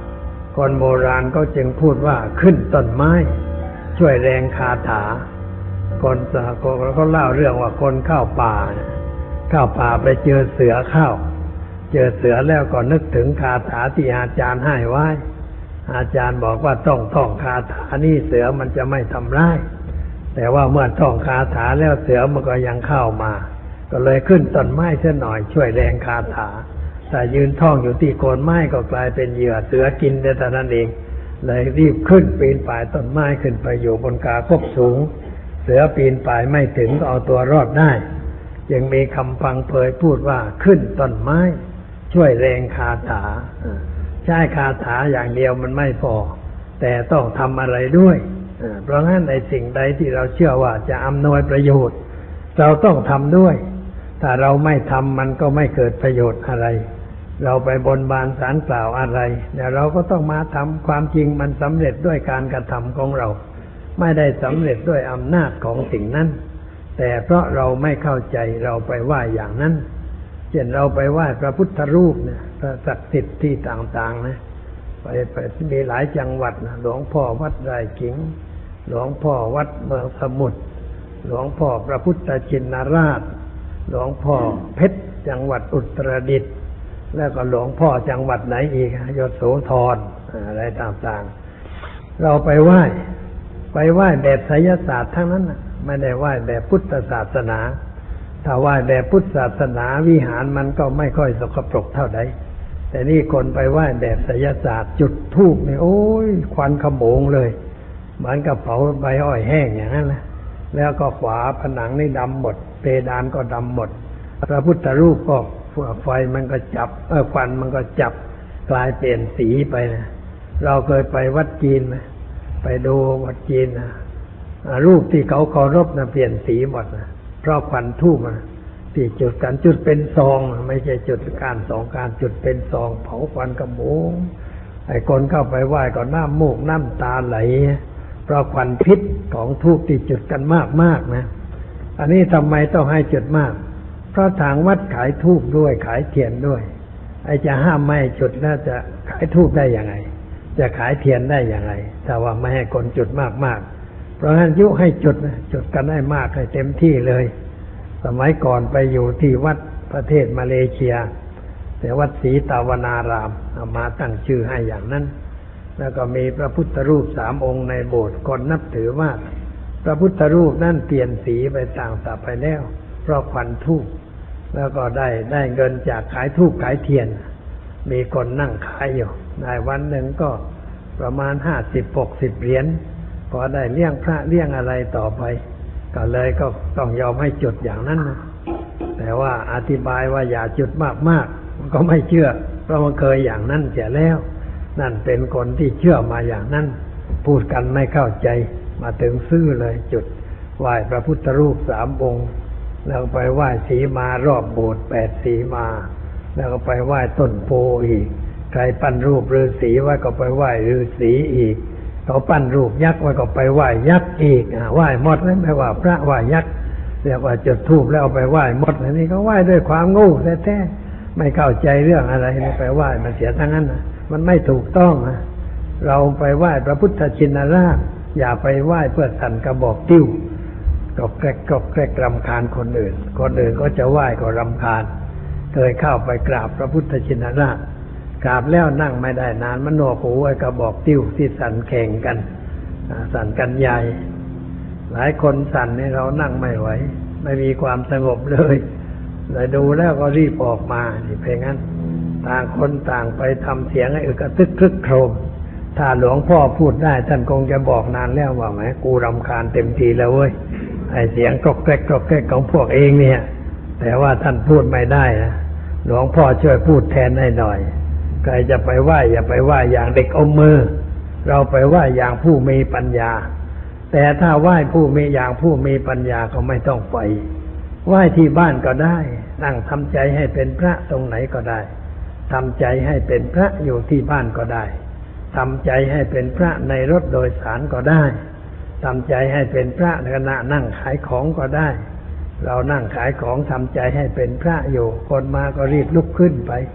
คนโบราณก็จึงพูดว่าขึ้นต้นไม้ช่วยแรงคาถาคนสากลเขาเล่าเรื่องว่าคนเข้าป่าไปเจอเสือเข้าเจอเสือแล้วก็นึกถึงคาถาที่อาจารย์ให้ไว้อาจารย์บอกว่าต้องท่องคาถานี่เสือมันจะไม่ทำร้ายแต่ว่าเมื่อท่องคาถาแล้วเสือมันก็ยังเข้ามาก็เลยขึ้นต้นไม้เสียหน่อยช่วยแรงคาถาแต่ยืนท่องอยู่ที่โคนไม้ก็กลายเป็นเหยื่อเสือกินแต่นั้นเองเลยรีบขึ้นปีนป่ายต้นไม้ขึ้นไปอยู่บนกาคบสูงเสือปีนป่ายไม่ถึงก็เอาตัวรอดได้จึงมีคำพังเพยพูดว่าขึ้นต้นไม้ช่วยแรงคาถาใช้คาถาอย่างเดียวมันไม่พอแต่ต้องทำอะไรด้วยเพราะงั้นในสิ่งใดที่เราเชื่อว่าจะอำนวยประโยชน์เราต้องทำด้วยถ้าเราไม่ทำมันก็ไม่เกิดประโยชน์อะไรเราไปบนบานศาลกล่าวอะไรเนี่ยเราก็ต้องมาทำความจริงมันสำเร็จด้วยการกระทำของเราไม่ได้สำเร็จด้วยอำนาจของสิ่งนั้นแต่เพราะเราไม่เข้าใจเราไปไหว้อย่างนั้นเช่นเราไปไหว้พระพุทธรูปเนี่ยพระศักดิ์สิทธิ์ที่ต่างๆนะไปมีหลายจังหวัดนะหลวงพ่อวัดไร่ขิงหลวงพ่อวัดเมืองสมุทรหลวงพ่อพระพุทธชินราชหลวงพ่อเพชรจังหวัดอุตรดิตถ์แล้วก็หลวงพ่อจังหวัดไหนอีกยโสธรอะไรต่างๆเราไปไหว้แบบไสยศาสตร์ทั้งนั้นนะไม่ได้ไหว้แบบพุทธศาสนาถ้าไหว้แบบพุทธศาสนาวิหารมันก็ไม่ค่อยสกปรกเท่าใดแต่นี่คนไปไหว้แบบไสยศาสตร์จุดธูปนี่โอ้ยควันขโมงเลยเหมือนกับเผาใบอ้อยแห้งอย่างนั้นนะแล้วก็ฝาผนังนี่ดำหมดเพดานก็ดำหมดพระพุทธรูปก็ไฟมันก็จับควันมันก็จับกลายเปลี่ยนสีไปนะเราเคยไปวัดจีนไหมไปดูวัดจีนนะรูปที่เขาเคารพนะเปลี่ยนสีหมดนะเพราะควันทูบนะที่จุดกันจุดเป็นซองไม่ใช่จุดการสองการจุดเป็นซองเผาควันกระโมงไอ้คนเข้าไปไหว้ก็น้ำมูกน้ำตาไหลเพราะควันพิษของทูบที่จุดกันมากๆนะอันนี้ทำไมต้องให้จุดมากเพราะทางวัดขายธูปด้วยขายเทียนด้วยไอ้จะห้ามไม่ให้จุดแล้วจะขายธูปได้ยังไงจะขายเทียนได้ยังไงถ้าว่าไม่ให้คนจุดมากๆเพราะฉะนั้นยุให้จุดกันได้มากให้เต็มที่เลยสมัยก่อนไปอยู่ที่วัดประเทศมาเลเซียแต่วัดศรีตาวนารามเอามาตั้งชื่อให้อย่างนั้นแล้วก็มีพระพุทธรูป3 องค์ในโบสถ์คนนับถือมากพระพุทธรูปนั่นเปลี่ยนสีไปต่างๆไปแล้วเพราะควันธูปแล้วก็ได้เงินจากขายธูปขายเทียนมีคนนั่งขายอยู่ได้วันหนึ่งก็ประมาณ50-60 เหรียญพอได้เลี้ยงพระเลี้ยงอะไรต่อไปก็เลยก็ต้องยอมให้จุดอย่างนั้นนะแต่ว่าอธิบายว่าอย่าจุดมากๆมันก็ไม่เชื่อเพราะมันเคยอย่างนั้นเสียแล้วนั่นเป็นคนที่เชื่อมาอย่างนั้นพูดกันไม่เข้าใจมาถึงซื่อเลยจุดไหว้พระพุทธรูป3 องค์แล้วไปไหว้สีมารอบโบสถ์8 สีมาแล้วก็ไปไหว้ต้นโพอีกใครปั้นรูปฤาษีไว้ก็ไปไหว้ฤาษีอีกเขาปั้นรูปยักษ์ไว้ก็ไปไหว้ยักษ์อีกไหว้หมดไม่ว่าพระไหว้ยักษ์เรียกว่าจุดธูปแล้วเอาไปไหว้หมดอันนี้ก็ไหว้ด้วยความโง่แท้ๆไม่เข้าใจเรื่องอะไรไปไหว้มันเสียทั้งนั้นนะมันไม่ถูกต้องนะเราไปไหว้พระพุทธชินราชอย่าไปไหว้เพื่อสั่นกระบอกติ้วก็แกล้งรำคาญคนอื่นก็จะไหว้ก็รำคาญเคยเข้าไปกราบพระพุทธชินราชกราบแล้วนั่งไม่ได้นานมันหนวกหูไอ้กระบอกติ้วที่สั่นแข่งกันสั่นกันใหญ่หลายคนสั่นให้เรานั่งไม่ไหวไม่มีความสงบเลยดูแล้วก็รีบออกมาเพราะงั้นต่างคนต่างไปทำเสียงให้อึกระทึกครึกโครมถ้าหลวงพ่อพูดได้ท่านคงจะบอกนานแล้วว่าแหมกูรำคาญเต็มทีแล้วเว้ยไอ้เสียงกรอกแกรกของพวกเองเนี่ยแต่ว่าท่านพูดไม่ได้นะหลวงพ่อช่วยพูดแทนให้หน่อยใครจะไปไหว้อย่าไปไหว้อย่างเด็กอมมือเราไปไหว้อย่างผู้มีปัญญาแต่ถ้าไหว้ผู้มีอย่างผู้มีปัญญาก็ไม่ต้องไปไหว้ที่บ้านก็ได้นั่งทำใจให้เป็นพระตรงไหนก็ได้ทำใจให้เป็นพระอยู่ที่บ้านก็ได้ทำใจให้เป็นพระในรถโดยสารก็ได้ทำใจให้เป็นพระในขณะนั่งขายของก็ได้เรานั่งขายของทำใจให้เป็นพระอยู่คนมาก็รีบลุกขึ้นไป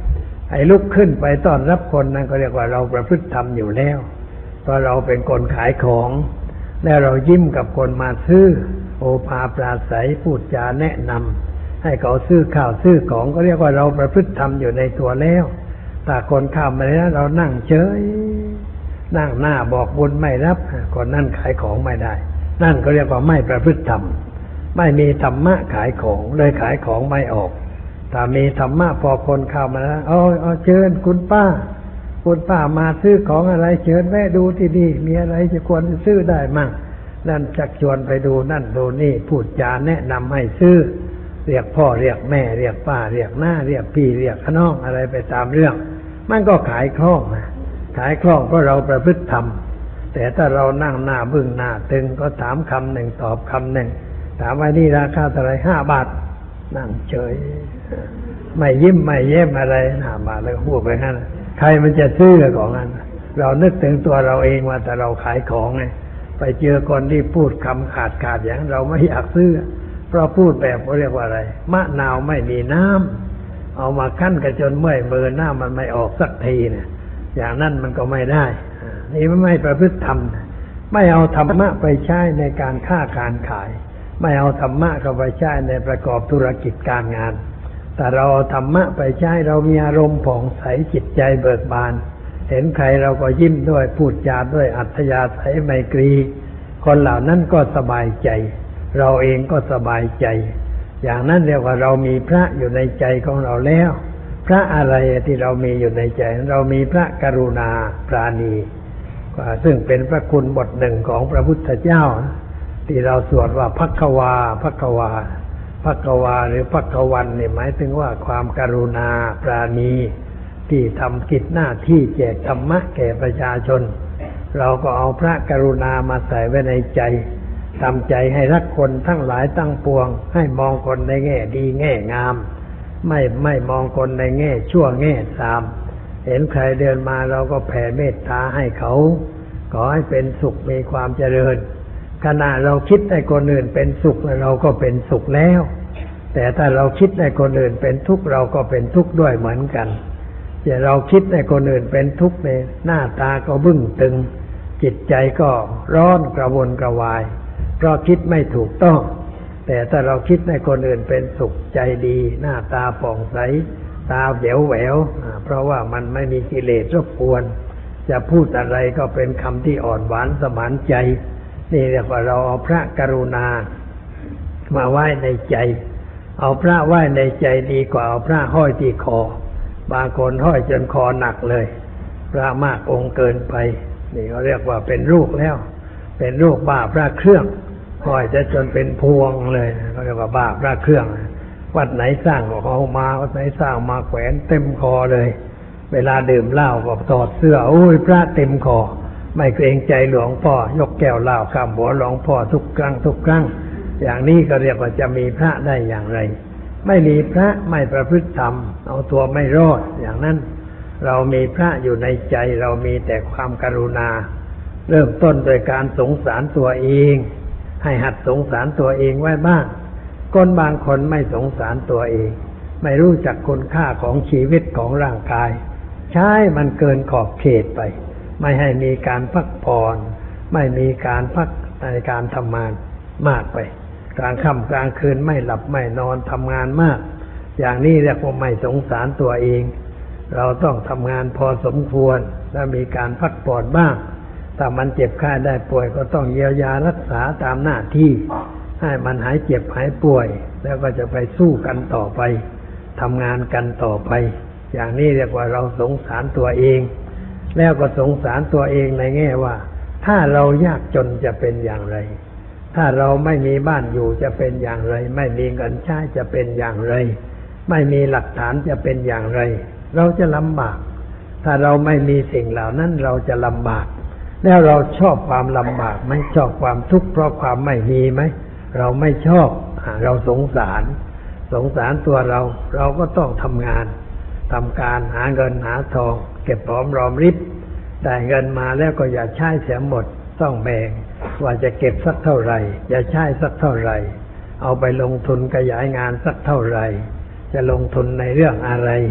ไอ้ลุกขึ้นไปต้อนรับคนนั้นก็เรียกว่าเราประพฤติธรรมอยู่แล้วเพราะเราเป็นคนขายของแล้วเรายิ้มกับคนมาซื้อโอภาปราศัยพูดจาแนะนำให้เขาซื้อข้าวซื้อของก็เรียกว่าเราประพฤติธรรมอยู่ในตัวแล้วถ้าคนข้ามมาแล้วเรานั่งเฉยนั่งหน้าบอกบุญไม่รับคนนั่นขายของไม่ได้นั่นก็เรียกว่าไม่ประพฤติธรรมไม่มีธรรมะขายของเลยขายของไม่ออกถ้ามีธรรมะพอคนเข้ามาแล้วเอาเชิญคุณป้ามาซื้อของอะไรเชิญแวะดูที่นี่มีอะไรจะควรจะซื้อได้มั่งนั่นชักชวนไปดูนั่นดูนี่พูดจาแนะนำให้ซื้อเรียกพ่อเรียกแม่เรียกป้าเรียกน้าเรียกพี่เรียกน้องอะไรไปตามเรื่องมันก็ขายคล่องขายคล่องเพราะเราประพฤติธรรมแต่ถ้าเรานั่งหน้าบึ้งหน้าตึงก็ถามคำหนึ่งตอบคำหนึ่งถามว่านี่ราคาเท่าไหร่5 บาทนั่งเฉยไม่ยิ้มไม่เย้มอะไร5 บาทแล้วก็พูดไปงั้นใครมันจะซื้อของนั้นเรานึกถึงตัวเราเองว่าแต่เราขายของไงไปเจอคนที่พูดคำขาดอย่างเราไม่อยากซื้อเพราะพูดแบบเขาเรียกว่าอะไรมะนาวไม่มีน้ำเอามาคั่นกันจนเมื่อยมือหน้ามันไม่ออกสักทีเนี่ยอย่างนั้นมันก็ไม่ได้นี่ไม่ประพฤติธรรมไม่เอาธรรมะไปใช้ในการค้าการขายไม่เอาธรรมะเข้าไปใช้ในประกอบธุรกิจการงานแต่เราเอาธรรมะไปใช้เรามีอารมณ์ผ่องใสจิตใจเบิกบานเห็นใครเราก็ยิ้มด้วยพูดจาด้วยอัธยาศัยไมตรีคนเหล่านั้นก็สบายใจเราเองก็สบายใจอย่างนั้นเรียกว่าเรามีพระอยู่ในใจของเราแล้วพระอะไรที่เรามีอยู่ในใจเรามีพระกรุณาปราณีซึ่งเป็นพระคุณบทหนึ่งของพระพุทธเจ้าที่เราสวดว่าภักขวาภักขวาภักขวาหรือภักขวันนี่หมายถึงว่าความกรุณาปราณีที่ทำกิจหน้าที่แจกธรรมะแก่ประชาชนเราก็เอาพระกรุณามาใส่ไว้ในใจทำใจให้รักคนทั้งหลายตั้งปวงให้มองคนในแง่ดีแง่งามไม่มองคนในแง่ชั่วแง่ทรามเห็นใครเดินมาเราก็แผ่เมตตาให้เขาขอให้เป็นสุขมีความเจริญขณะเราคิดให้คนอื่นเป็นสุขเราก็เป็นสุขแล้วแต่ถ้าเราคิดให้คนอื่นเป็นทุกข์เราก็เป็นทุกข์ด้วยเหมือนกันแต่เราคิดให้คนอื่นเป็นทุกข์เนี่ยหน้าตาก็บึ้งตึงจิตใจก็ร้อนกระวนกระวายเพราะคิดไม่ถูกต้องแต่ถ้าเราคิดให้คนอื่นเป็นสุขใจดีหน้าตาผ่องใสตาแหววแหววเพราะว่ามันไม่มีกิเลสรบกวนจะพูดอะไรก็เป็นคำที่อ่อนหวานสมานใจนี่เรียกว่าเราเอาพระกรุณามาไว้ในใจเอาพระไว้ในใจดีกว่าเอาพระห้อยที่คอบางคนห้อยจนคอหนักเลยพระมากองค์เกินไปนี่เขาเรียกว่าเป็นลูกแล้วเป็นลูกบ้าพระเครื่องห้อยจะจนเป็นพวงเลยเขาเรียกว่าบ้าพระเครื่องวัดไหนสร้างก็เอามาวัดไหนสร้างมาแขวนเต็มคอเลยเวลาดื่มเหล้าก็ถอดเสื้อโอ้ยพระเต็มคอไม่เกรงใจหลวงพ่อยกแก้วเหล้าข้ามหัวหลวงพ่อทุกครั้งอย่างนี้ก็เรียกว่าจะมีพระได้อย่างไรไม่มีพระไม่ประพฤติธรรมเอาตัวไม่รอดอย่างนั้นเรามีพระอยู่ในใจเรามีแต่ความกรุณาเริ่มต้นโดยการสงสารตัวเองให้หัดสงสารตัวเองไว้บ้างคนบางคนไม่สงสารตัวเองไม่รู้จักคุณค่าของชีวิตของร่างกายใช้มันเกินขอบเขตไปไม่ให้มีการพักผ่อนไม่มีการพักในการทำงานมากไปกลางค่ำกลางคืนไม่หลับไม่นอนทำงานมากอย่างนี้เรียกว่าไม่สงสารตัวเองเราต้องทำงานพอสมควรและมีการพักผ่อนบ้างถ้ามันเจ็บไข้ได้ป่วยก็ต้องเยียวยารักษาตามหน้าที่ให้มันหายเจ็บหายป่วยแล้วก็จะไปสู้กันต่อไปทำงานกันต่อไปอย่างนี้เรียกว่าเราสงสารตัวเองแล้วก็สงสารตัวเองในแง่ว่าถ้าเรายากจนจะเป็นอย่างไรถ้าเราไม่มีบ้านอยู่จะเป็นอย่างไรไม่มีเงินใช้จะเป็นอย่างไรไม่มีหลักฐานจะเป็นอย่างไรเราจะลำบากถ้าเราไม่มีสิ่งเหล่านั้นเราจะลำบากแล้วเราชอบความลำบากไหมชอบความทุกข์เพราะความไม่มีไหมเราไม่ชอบเราสงสารตัวเราก็ต้องทำงานทำการหาเงินหาทองเก็บหอมรอมริบได้เงินมาแล้วก็อย่าใช้เสียหมดต้องแบ่งว่าจะเก็บสักเท่าไหร่จะใช้สักเท่าไหร่เอาไปลงทุนขยายงานสักเท่าไหร่จะลงทุนในเรื่องอะไร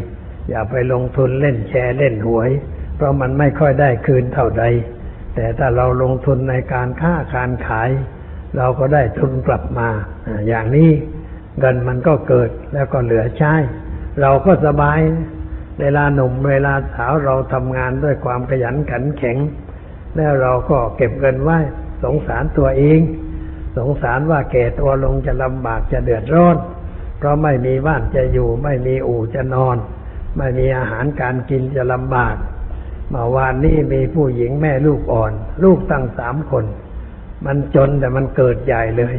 อย่าไปลงทุนเล่นแชร์เล่นหวย เพราะมันไม่ค่อยได้คืนเท่าใดแต่ถ้าเราลงทุนในการค้าการขายเราก็ได้ทุนกลับมาอย่างนี้เงินมันก็เกิดแล้วก็เหลือใช้เราก็สบายเวลาหนุ่มเวลาสาวเราทำงานด้วยความขยันขันแข็งแล้วเราก็เก็บเงินไว้สงสารตัวเองสงสารว่าแก่ตัวลงจะลำบากจะเดือดร้อนเพราะไม่มีบ้านจะอยู่ไม่มีอู่จะนอนไม่มีอาหารการกินจะลำบากเมื่อวานนี้มีผู้หญิงแม่ลูกอ่อนลูกตั้ง3 คนมันจนแต่มันเกิดใหญ่เลย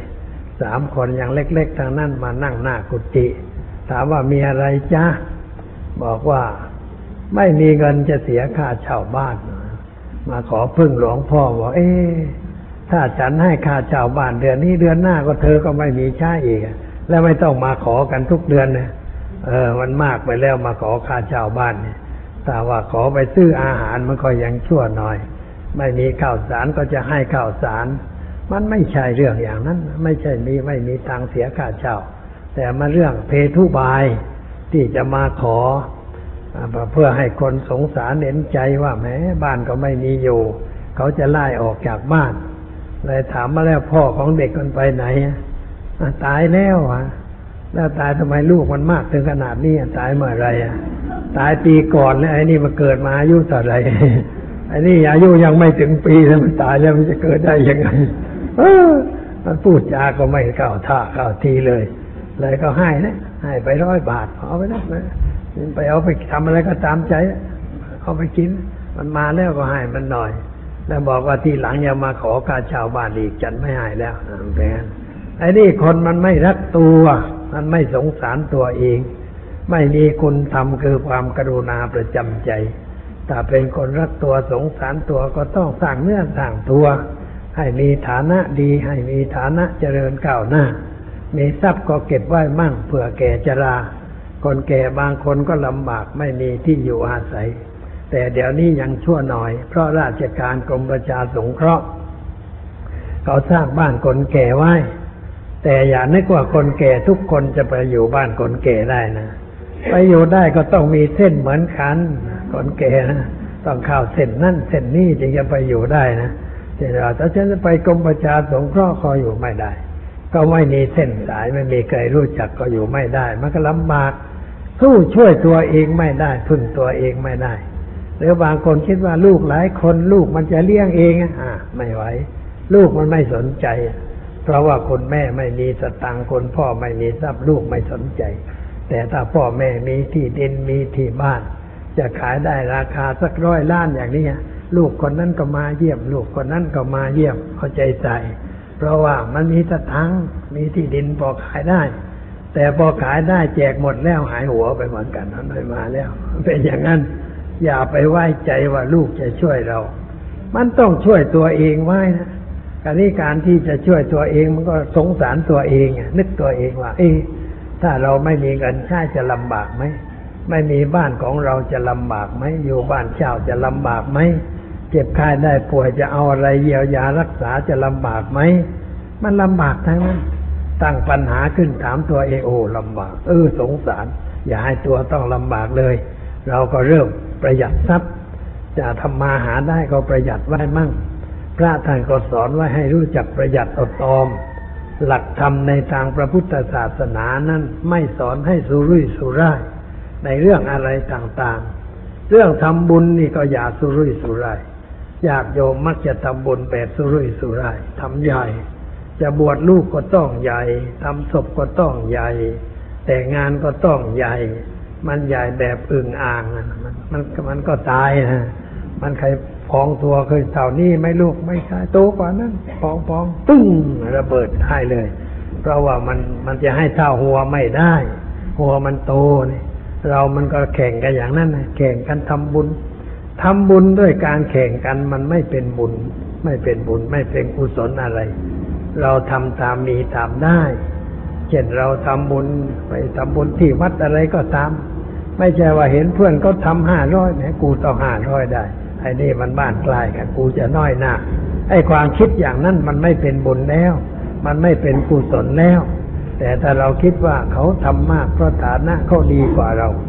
3 คนอย่างเล็กๆทางนั้นมานั่งหน้ากุฏิถามว่ามีอะไรจ้าบอกว่าไม่มีเงินจะเสียค่าเช่าบ้านมาขอพึ่งหลวงพ่อบอกถ้าฉันให้ค่าเช่าบ้านเดือนนี้เดือนหน้าก็เธอก็ไม่มีใช้อีกแล้วไม่ต้องมาขอกันทุกเดือนนะมันมากไปแล้วมาขอค่าเช่าบ้านเนี่ยแต่ว่าขอไปซื้ออาหารมันก็ยังชั่วหน่อยไม่มีข้าวสารก็จะให้ข้าวสารมันไม่ใช่เรื่องอย่างนั้นไม่ใช่ไม่มีตังเสียค่าเช่าแต่มาเรื่องเพทุบายที่จะมาขอเพื่อให้คนสงสารเห็นใจว่าแม้บ้านก็ไม่มีอยู่เขาจะไล่ออกจากบ้านเลยถามมาแล้วพ่อของเด็กมันไปไหนตายแล้วแล้วตายทำไมลูกมันมากถึงขนาดนี้ตายเมื่อไรตายปีก่อนแล้วไอ้นี่มาเกิดมาอายุเท่าไหร่ไอ้นี่อายุยังไม่ถึงปีแล้วมันตายแล้วมันจะเกิดได้ยังไงมันพูดจาก็ไม่เข้าท่าเข้าทีเลยก็ให้ไป100 บาทเอาไปนะไปเอาไปทำอะไรก็ตามใจเอาไปกินมันมาแล้วก็ให้มันหน่อยแล้วบอกว่าทีหลังอย่ามาขอค่าเช่าบ้านอีกฉันไม่ให้แล้วเป็นงั้นไอ้นี่คนมันไม่รักตัวมันไม่สงสารตัวเองไม่มีคุณธรรมคือความกรุณาประจำใจถ้าเป็นคนรักตัวสงสารตัวก็ต้องสร้างเนื้อสร้างตัวให้มีฐานะดีให้มีฐานะเจริญก้าวหน้ามีทรัพย์ก็เก็บไว้มั่งเผื่อแก่ชราคนแก่บางคนก็ลำบากไม่มีที่อยู่อาศัยแต่เดี๋ยวนี้ยังชั่วหน่อยเพราะราชการกรมประชาสงเคราะห์เขาสร้างบ้านคนแก่ไว้แต่อย่านึกว่าคนแก่ทุกคนจะไปอยู่บ้านคนแก่ได้นะไปอยู่ได้ก็ต้องมีเส้นเหมือนกันคนแก่นะต้องเข้าเส้นนั่นเส้นนี้จึงจะไปอยู่ได้นะแต่ถ้าฉันจะไปกรมประชาสงเคราะห์ก็อยู่ไม่ได้ก็ไม่มีเส้นสายไม่มีใครรู้จักก็อยู่ไม่ได้มันก็ลำบากสู้ช่วยตัวเองไม่ได้พึ่งตัวเองไม่ได้หรือบางคนคิดว่าลูกหลายคนลูกมันจะเลี้ยงเองไม่ไหวลูกมันไม่สนใจเพราะว่าคนแม่ไม่มีสตังค์คนพ่อไม่มีทรัพย์ลูกไม่สนใจแต่ถ้าพ่อแม่มีที่ดินมีที่บ้านจะขายได้ราคาสัก100 ล้านอย่างนี้ลูกคนนั้นก็มาเยี่ยมลูกคนนั้นก็มาเยี่ยมเข้าใจใส่เพราะว่ามันมีสตังค์มีที่ดินพอขายได้แต่พอขายได้แจกหมดแล้วหายหัวไปเหมือนกันนั้นเลยมาแล้วเป็นอย่างนั้นอย่าไปไว้ใจว่าลูกจะช่วยเรามันต้องช่วยตัวเองไว้นะการที่จะช่วยตัวเองมันก็สงสารตัวเองนึกตัวเองว่าถ้าเราไม่มีเงินใช้จะลำบากไหมไม่มีบ้านของเราจะลำบากไหมอยู่บ้านเช่าจะลำบากไหมเจ็บไข้ได้ป่วยจะเอาอะไรเยียวยารักษาจะลำบากไหมมันลำบากทั้งนั้นตั้งปัญหาขึ้นถามตัวเองลำบากสงสารอย่าให้ตัวต้องลำบากเลยเราก็เริ่มประหยัดทรัพย์จะทำมาหาได้ก็ประหยัดไว้มั่งพระท่านก็สอนไว้ให้รู้จักประหยัดอดออมหลักธรรมในทางพระพุทธศาสนานั้นไม่สอนให้สุรุ่ยสุร่ายในเรื่องอะไรต่างๆเรื่องทำบุญนี่ก็อย่าสุรุ่ยสุร่ายญาติโยมมักจะทำบุญแบบสุรุ่ยสุร่ายทำใหญ่จะบวชลูกก็ต้องใหญ่ทำศพก็ต้องใหญ่แต่งานก็ต้องใหญ่มันใหญ่แบบอึ่งอ่างมันก็ตายนะมันใครพองตัวเคยเท่านี้ไม่ลูกไม่ใช่โตกว่านั้นพองตึ้งระเบิดได้เลยเพราะว่ามันจะให้เท่าหัวไม่ได้หัวมันโตนี่เรามันก็แข่งกันอย่างนั้นนะแข่งกันทำบุญด้วยการแข่งกันมันไม่เป็นบุญไม่เป็นกุศลอะไรเราทำตามมีตามได้เช่นเราทำบุญไปทำบุญที่วัดอะไรก็ตามไม่ใช่ว่าเห็นเพื่อนเขาทำ500แหมกูต้อง500ได้ไอ้นี่มันบ้านใกล้กันกูจะน้อยหน้าไอ้ความคิดอย่างนั้นมันไม่เป็นบุญแล้วมันไม่เป็นกุศลแล้วแต่ถ้าเราคิดว่าเขาทำมากเพราะฐานะเขาดีกว่าเรา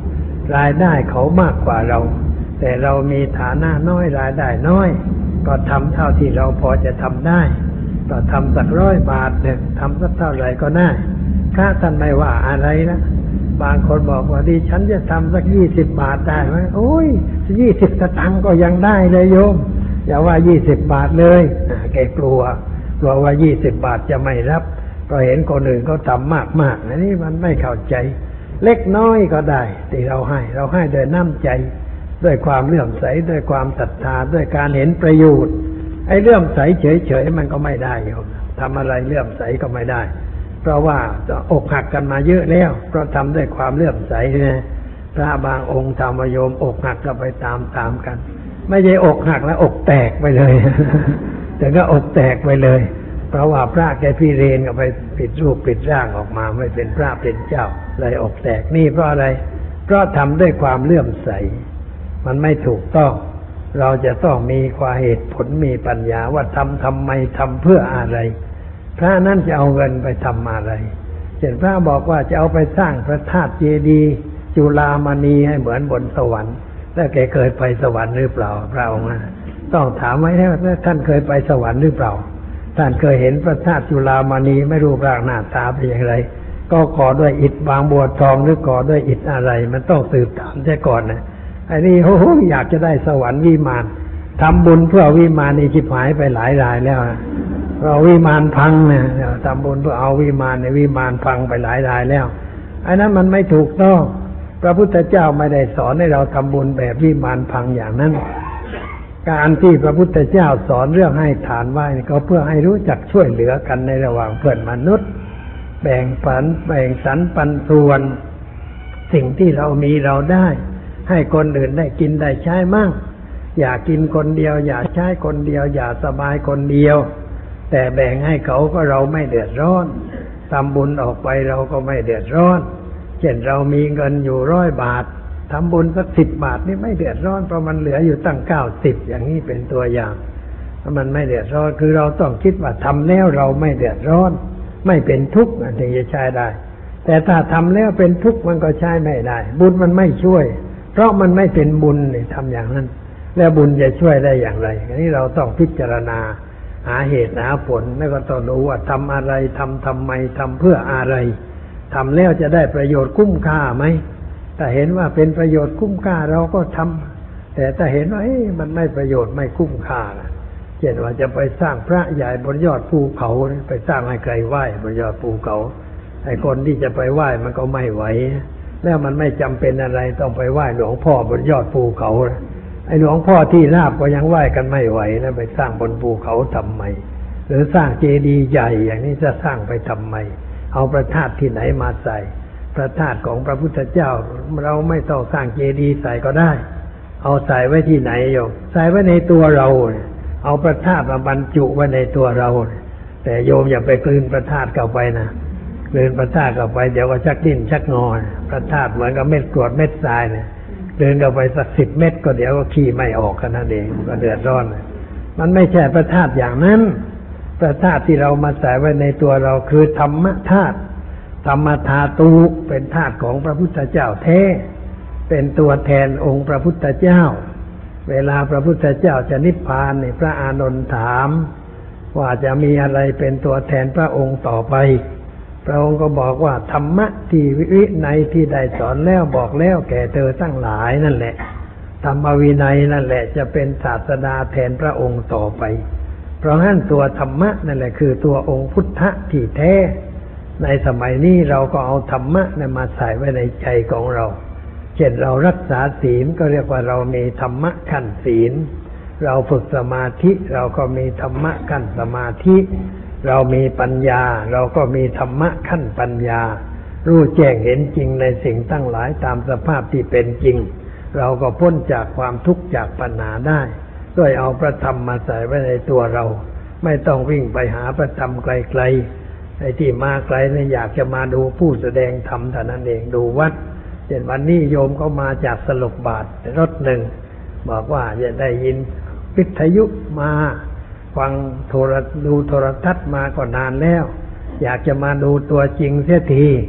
รายได้เขามากกว่าเราแต่เรามีฐานะน้อยรายได้น้อยก็ทำเท่าที่เราพอจะทำได้ก็ทำสัก100 บาทเนี่ยทำสักเท่าไหร่ก็ได้พระท่านไม่ว่าอะไรนะบางคนบอกว่าดิฉันจะทำสัก20 บาทได้ไหมโอ้ย20 สตางค์ก็ยังได้เลยโยมอย่าว่า20 บาทเลยแกกลัวว่า20 บาทจะไม่รับก็เห็นคนอื่นเขาทำมากๆนี่มันไม่เข้าใจเล็กน้อยก็ได้ที่เราให้ด้วยน้ำใจด้วยความเลื่อมใสด้วยความศรัทธาด้วยการเห็นประโยชน์ไอ้เลื่อมใสเฉยๆมันก็ไม่ได้โยมทำอะไรเลื่อมใสก็ไม่ได้เพราะว่าอกหักกันมาเยอะแล้วเพราะทำด้วยความเลื่อมใสนะพระบางองค์ทำมาโยมอกหักก็ไปตามกันไม่ใช่อกหักแล้วอกแตกไปเลย แต่ก็อกแตกไปเลยเพราะว่าพระแกพิเรนก็ไปปิดรูปปิดร่างออกมาไม่เป็นพระเป็นเจ้าเลยอกแตกนี่เพราะอะไรเพราะทำด้วยความเลื่อมใสมันไม่ถูกต้องเราจะต้องมีความเหตุผลมีปัญญาว่าทำไมทำเพื่ออะไรพระนั้นจะเอาเงินไปทำอะไรเช่นพระบอกว่าจะเอาไปสร้างพระธาตุเจดีย์จุฬามณีให้เหมือนบนสวรรค์แล้วแกเคยไปสวรรค์หรือเปล่าพระองค์นั้นต้องถามไว้ว่าท่านเคยไปสวรรค์หรือเปล่าท่านเคยเห็นพระธาตุจุฬามณีไม่รูปร่างหน้าตาเป็นอย่างไรก็ก่อด้วยอิฐบางบัวทองหรือก่อด้วยอิฐอะไรมันต้องสืบถามเสียก่อนนะไอ้นี่โอ้โหอยากจะได้สวรรค์วิมานทำบุญเพื่อวิมานนี่ชิบหายไปหลายรายแล้วนะเราวิมานพังเนี่ยทำบุญเพื่อเอาวิมานในวิมานพังไปหลายรายแล้วไอ้นั้นมันไม่ถูกต้องพระพุทธเจ้าไม่ได้สอนให้เราทำบุญแบบวิมานพังอย่างนั้นการที่พระพุทธเจ้าสอนเรื่องให้ทานไหว้ก็เพื่อให้รู้จักช่วยเหลือกันในระหว่างเพื่อนมนุษย์แบ่งสรรปันส่วนสิ่งที่เรามีเราได้ให้คนอื่นได้กินได้ใช้มั่งอย่ากินคนเดียวอย่าใช้คนเดียวอย่าสบายคนเดียวแต่แบ่งให้เขาก็เราไม่เดือดร้อนทำบุญออกไปเราก็ไม่เดือดร้อนเช่นเรามีเงินอยู่100 บาททำบุญสัก10 บาทนี่ไม่เดือดร้อนเพราะมันเหลืออยู่ตั้ง90อย่างนี้เป็นตัวอย่างมันไม่เดือดร้อนคือเราต้องคิดว่าทำแล้วเราไม่เดือดร้อนไม่เป็นทุกข์ถึงจะใช้ได้แต่ถ้าทำแล้วเป็นทุกข์มันก็ใช้ไม่ได้บุญมันไม่ช่วยเพราะมันไม่เป็นบุญนี่ทำอย่างนั้นแล้วบุญจะช่วยได้อย่างไรอันนี้เราต้องพิจารณาหาเหตุหาผลแล้วก็ต้องรู้ว่าทำอะไรทำไมทำเพื่ออะไรทำแล้วจะได้ประโยชน์คุ้มค่าไหมถ้าเห็นว่าเป็นประโยชน์คุ้มค่าเราก็ทำแต่ถ้าเห็นว่ามันไม่ประโยชน์ไม่คุ้มค่านะเช่นว่าจะไปสร้างพระใหญ่บนยอดภูเขาไปสร้างให้ใครไหว้บนยอดภูเขาไอ้คนที่จะไปไหว้มันก็ไม่ไหวแล้วมันไม่จำเป็นอะไรต้องไปไหว้หลวงพ่อบนยอดภูเขาไอ้หลวงพ่อที่ราบก็ยังไหว้กันไม่ไหวแล้วไปสร้างบนภูเขาทำไมหรือสร้างเจดีย์ใหญ่อย่างนี้จะสร้างไปทำไมเอาพระธาตุที่ไหนมาใส่พระธาตุของพระพุทธเจ้าเราไม่ต้องสร้างเจดีย์ใส่ก็ได้เอาใส่ไว้ที่ไหนโยมใส่ไว้ในตัวเราเอาพระธาตุมาบรรจุไว้ในตัวเราแต่โยมอย่าไปกลืนพระธาตุเข้าไปนะกลืนพระธาตุเข้าไปเดี๋ยวก็ชักดิ้นชักงอพระธาตุเหมือนกับเม็ดกรวดเม็ดทรายเนี่ยเดินเข้าไปสัก10 เม็ดก็เดี๋ยวก็ขี้ไม่ออกกันนั่นเองก็เดือดร้อนมันไม่ใช่พระธาตุอย่างนั้นพระธาตุที่เรามาใส่ไว้ในตัวเราคือธรรมธาตุธรรมธาตุเป็นธาตุของพระพุทธเจ้าแท้เป็นตัวแทนองค์พระพุทธเจ้าเวลาพระพุทธเจ้าจะนิพพานนี่พระอานนท์ถามว่าจะมีอะไรเป็นตัวแทนพระองค์ต่อไปพระองค์ก็บอกว่าธรรมะที่วินัยที่ได้สอนแล้วบอกแล้วแก่เธอทั้งหลายนั่นแหละธรรมวินัยนั่นแหละจะเป็นศาสดาแทนพระองค์ต่อไปเพราะฉะนั้นตัวธรรมะนั่นแหละคือตัวองค์พุทธะที่แท้ในสมัยนี้เราก็เอาธรรมะมาใส่ไว้ในใจของเราเช่นเรารักษาศีลก็เรียกว่าเรามีธรรมะขั้นศีลเราฝึกสมาธิเราก็มีธรรมะขั้นสมาธิเรามีปัญญาเราก็มีธรรมะขั้นปัญญารู้แจ้งเห็นจริงในสิ่งทั้งหลายตามสภาพที่เป็นจริงเราก็พ้นจากความทุกข์จากปัญหาได้ด้วยเอาพระธรรมมาใส่ไว้ในตัวเราไม่ต้องวิ่งไปหาพระธรรมไกลๆไอ้ที่มาไกลเนี่ยอยากจะมาดูผู้แสดงธรรมเท่านั้นเองดูวัดเช่นวันนี้โยมก็มาจากสลบบาทรถหนึ่งบอกว่าจะได้ยินวิทยุมาฟังดูโทรทัศน์มาก็นานแล้วอยากจะมาดูตัวจริงเสียที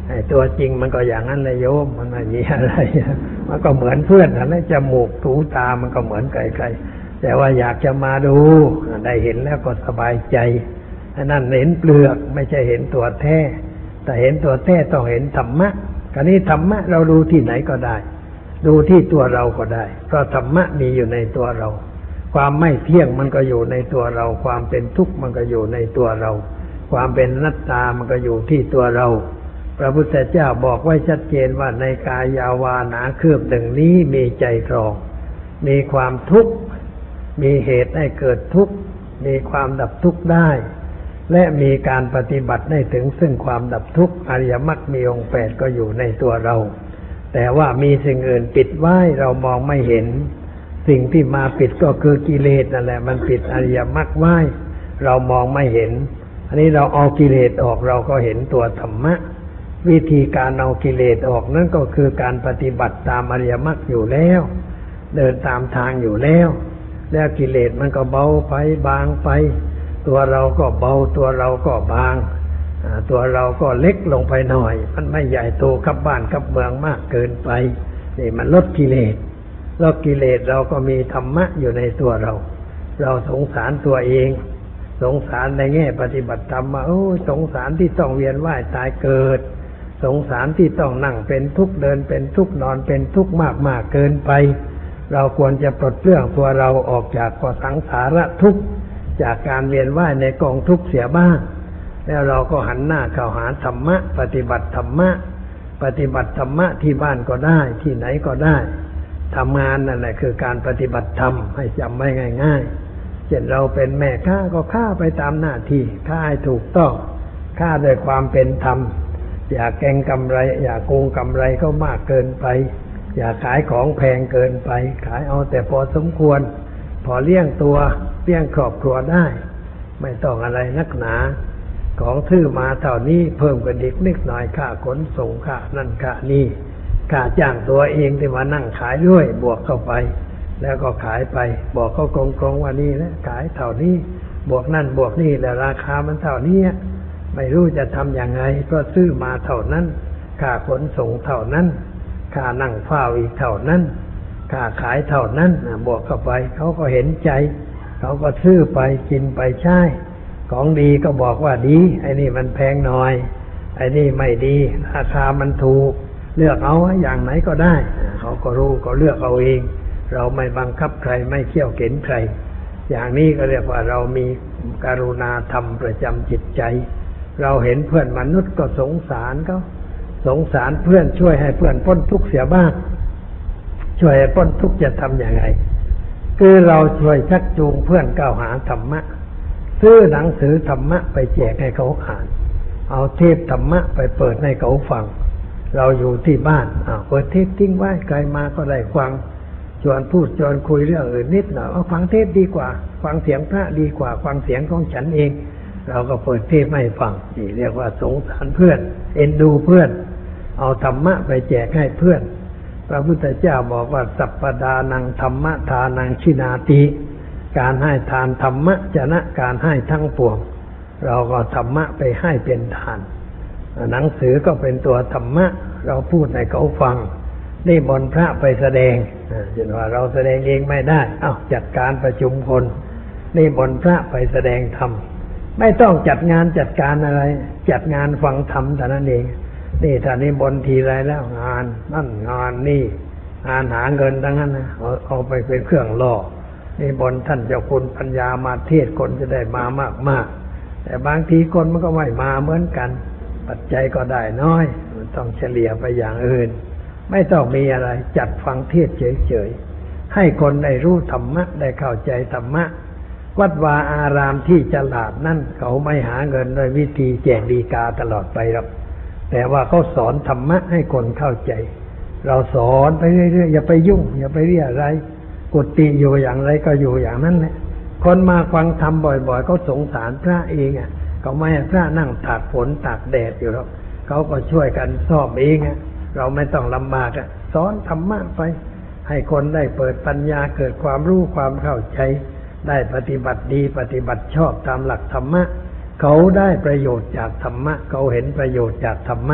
ไอ้ตัวจริงมันก็อย่างนั้นเลยโยมมันไม่มีอะไรมันก็เหมือนเพื่อนนั่นแหละจมูกหูตามันก็เหมือนไกลๆแต่ว่าอยากจะมาดูได้เห็นแล้วก็สบายใจอันนั้นเห็นเปลือกไม่ใช่เห็นตัวแท้แต่เห็นตัวแท้ต้องเห็นธรรมะคราวนี้ธรรมะเราดูที่ไหนก็ได้ดูที่ตัวเราก็ได้เพราะธรรมะมีอยู่ในตัวเราความไม่เที่ยงมันก็อยู่ในตัวเราความเป็นทุกข์มันก็อยู่ในตัวเราความเป็นอนัตตามันก็อยู่ที่ตัวเราพระพุทธเจ้าบอกไว้ชัดเจนว่าในกายาวานาคืบหนึ่งนี้มีใจครองมีความทุกข์มีเหตุให้เกิดทุกข์มีความดับทุกข์ได้และมีการปฏิบัติได้ถึงซึ่งความดับทุกข์อริยมรรคมีองค์8ก็อยู่ในตัวเราแต่ว่ามีสิ่งอื่นปิดไว้เรามองไม่เห็นสิ่งที่มาปิดก็คือกิเลสนั่นแหละมันปิดอริยมรรคไว้เรามองไม่เห็นอันนี้เราเอากิเลสออกเราก็เห็นตัวธรรมะวิธีการเอากิเลสออกนั่นก็คือการปฏิบัติตามอริยมรรคอยู่แล้วเดินตามทางอยู่แล้วแล้วกิเลสมันก็เบาไปบางไปตัวเราก็เบาตัวเราก็บางตัวเราก็เล็กลงไปหน่อยมันไม่ใหญ่โตกับบ้านกับเมืองมากเกินไปนี่มันลดกิเลสลดกิเลสเราก็มีธรรมะอยู่ในตัวเราเราสงสารตัวเองสงสารในแง่ปฏิบัติธรรมว่าโอ้สงสารที่ต้องเวียนว่ายตายเกิดสงสารที่ต้องนั่งเป็นทุกข์เดินเป็นทุกข์นอนเป็นทุกข์มากๆเกินไปเราควรจะปลดเปลื้องตัวเราออกจากกองสังสารทุกข์จากการเวียนว่ายในกองทุกข์เสียบ้างแล้วเราก็หันหน้าเข้าหาธรรมะปฏิบัติธรรมะปฏิบัติธรรมะที่บ้านก็ได้ที่ไหนก็ได้ทำงานนั่นแหละคือการปฏิบัติธรรมให้จำไว้ง่ายๆเช่นเราเป็นแม่ค้าก็ค้าไปตามหน้าที่ค้าให้ถูกต้องค้าด้วยความเป็นธรรมอย่าแกงกำไรอย่าโกงกำไรก็มากเกินไปอย่าขายของแพงเกินไปขายเอาแต่พอสมควรพอเลี้ยงตัวเลี้ยงครอบครัวได้ไม่ต้องอะไรนักหนาของซื้อมาเท่านี้เพิ่มกันอีกนิดหน่อยค่าขนส่งค่านั่นค่านี่ค่าจ้างตัวเองที่มานั่งขายด้วยบวกเข้าไปแล้วก็ขายไปบอกเขากงๆว่านี่นะขายเท่านี้บวกนั่นบวกนี่แล้วราคามันเท่านี้ไม่รู้จะทำอย่างไรเพราะซื้อมาเท่านั้นค่าขนส่งเท่านั้นค่านั่งเฝ้าอีกเท่านั้นค่าขายเท่านั้นบวกเข้าไปเขาก็เห็นใจเขาก็ซื้อไปกินไปใช้ของดีก็บอกว่าดีไอ้นี่มันแพงหน่อยไอ้นี่ไม่ดีราคามันถูกเลือกเอาอย่างไหนก็ได้เขาก็รู้ก็เลือกเอาเองเราไม่บังคับใครไม่เขี่ยวเข็นใครอย่างนี้ก็เรียกว่าเรามีกรุณาธรรมประจำจิตใจเราเห็นเพื่อนมนุษย์ก็สงสารเขาสงสารเพื่อนช่วยให้เพื่อนพ้นทุกข์เสียบ้างช่วยให้พ้นทุกข์จะทำอย่างไรคือเราช่วยชักจูงเพื่อนก้าวหาธรรมะซื้อหนังสือธรรมะไปแจกให้เขาอ่านเอาเทปธรรมะไปเปิดให้เขาฟังเราอยู่ที่บ้านเปิดเทปทิ้งไว้ใครมาก็ได้ฟังชวนพูดชวนคุยเรื่องอื่นนิดหน่อยเอาฟังเทปดีกว่าฟังเสียงพระดีกว่าฟังเสียงของฉันเองเราก็เปิดเทปให้ฟังนี่เรียกว่าสงสารเพื่อนเอ็นดูเพื่อนเอาธรรมะไปแจกให้เพื่อนพระพุทธเจ้าบอกว่าสัพพดานังธรรมะทานังชินาติการให้ทานธรรมะชนะการให้ทั้งปวงเราก็ธรรมะไปให้เป็นทานหนังสือก็เป็นตัวธรรมะเราพูดให้เขาฟังนิมนต์พระไปแสดงเช่นว่าเราแสดงเองไม่ได้จัดการประชุมคนนิมนต์พระไปแสดงธรรมไม่ต้องจัดงานจัดการอะไรจัดงานฟังธรรมแต่นั้นเองนี่ถ้านิมนต์ทีไรแล้วงานนั่นงานนี่งานหาเงินทั้งนั้นนะเอาไปเป็นเครื่องล่อนิมนต์ท่านเจ้าคุณปัญญามาเทศคนจะได้มามากๆแต่บางทีคนมันก็ไม่มาเหมือนกันปัจจัยก็ได้น้อยมันต้องเฉลี่ยไปอย่างอื่นไม่ต้องมีอะไรจัดฟังเทศเฉยๆให้คนได้รู้ธรรมะได้เข้าใจธรรมะวัดวาอารามที่ฉลาดนั่นเขาไม่หาเงินโดยวิธีแจกดีกาตลอดไปหรอกแต่ว่าเขาสอนธรรมะให้คนเข้าใจเราสอนไปเรื่อยๆอย่าไปยุ่งอย่าไปเรียอะไรกุฏิอยู่อย่างไรก็อยู่อย่างนั้นแหละคนมาฟังธรรมบ่อยๆเขาสงสารพระเองเขาไม่ให้พระนั่งตากฝนตากแดดอยู่หรอกเขาก็ช่วยกันซ่อมเองเราไม่ต้องลำบากสอนธรรมะไปให้คนได้เปิดปัญญาเกิดความรู้ความเข้าใจได้ปฏิบัติดีปฏิบัติชอบตามหลักธรรมะเขาได้ประโยชน์จากธรรมะเขาเห็นประโยชน์จากธรรมะ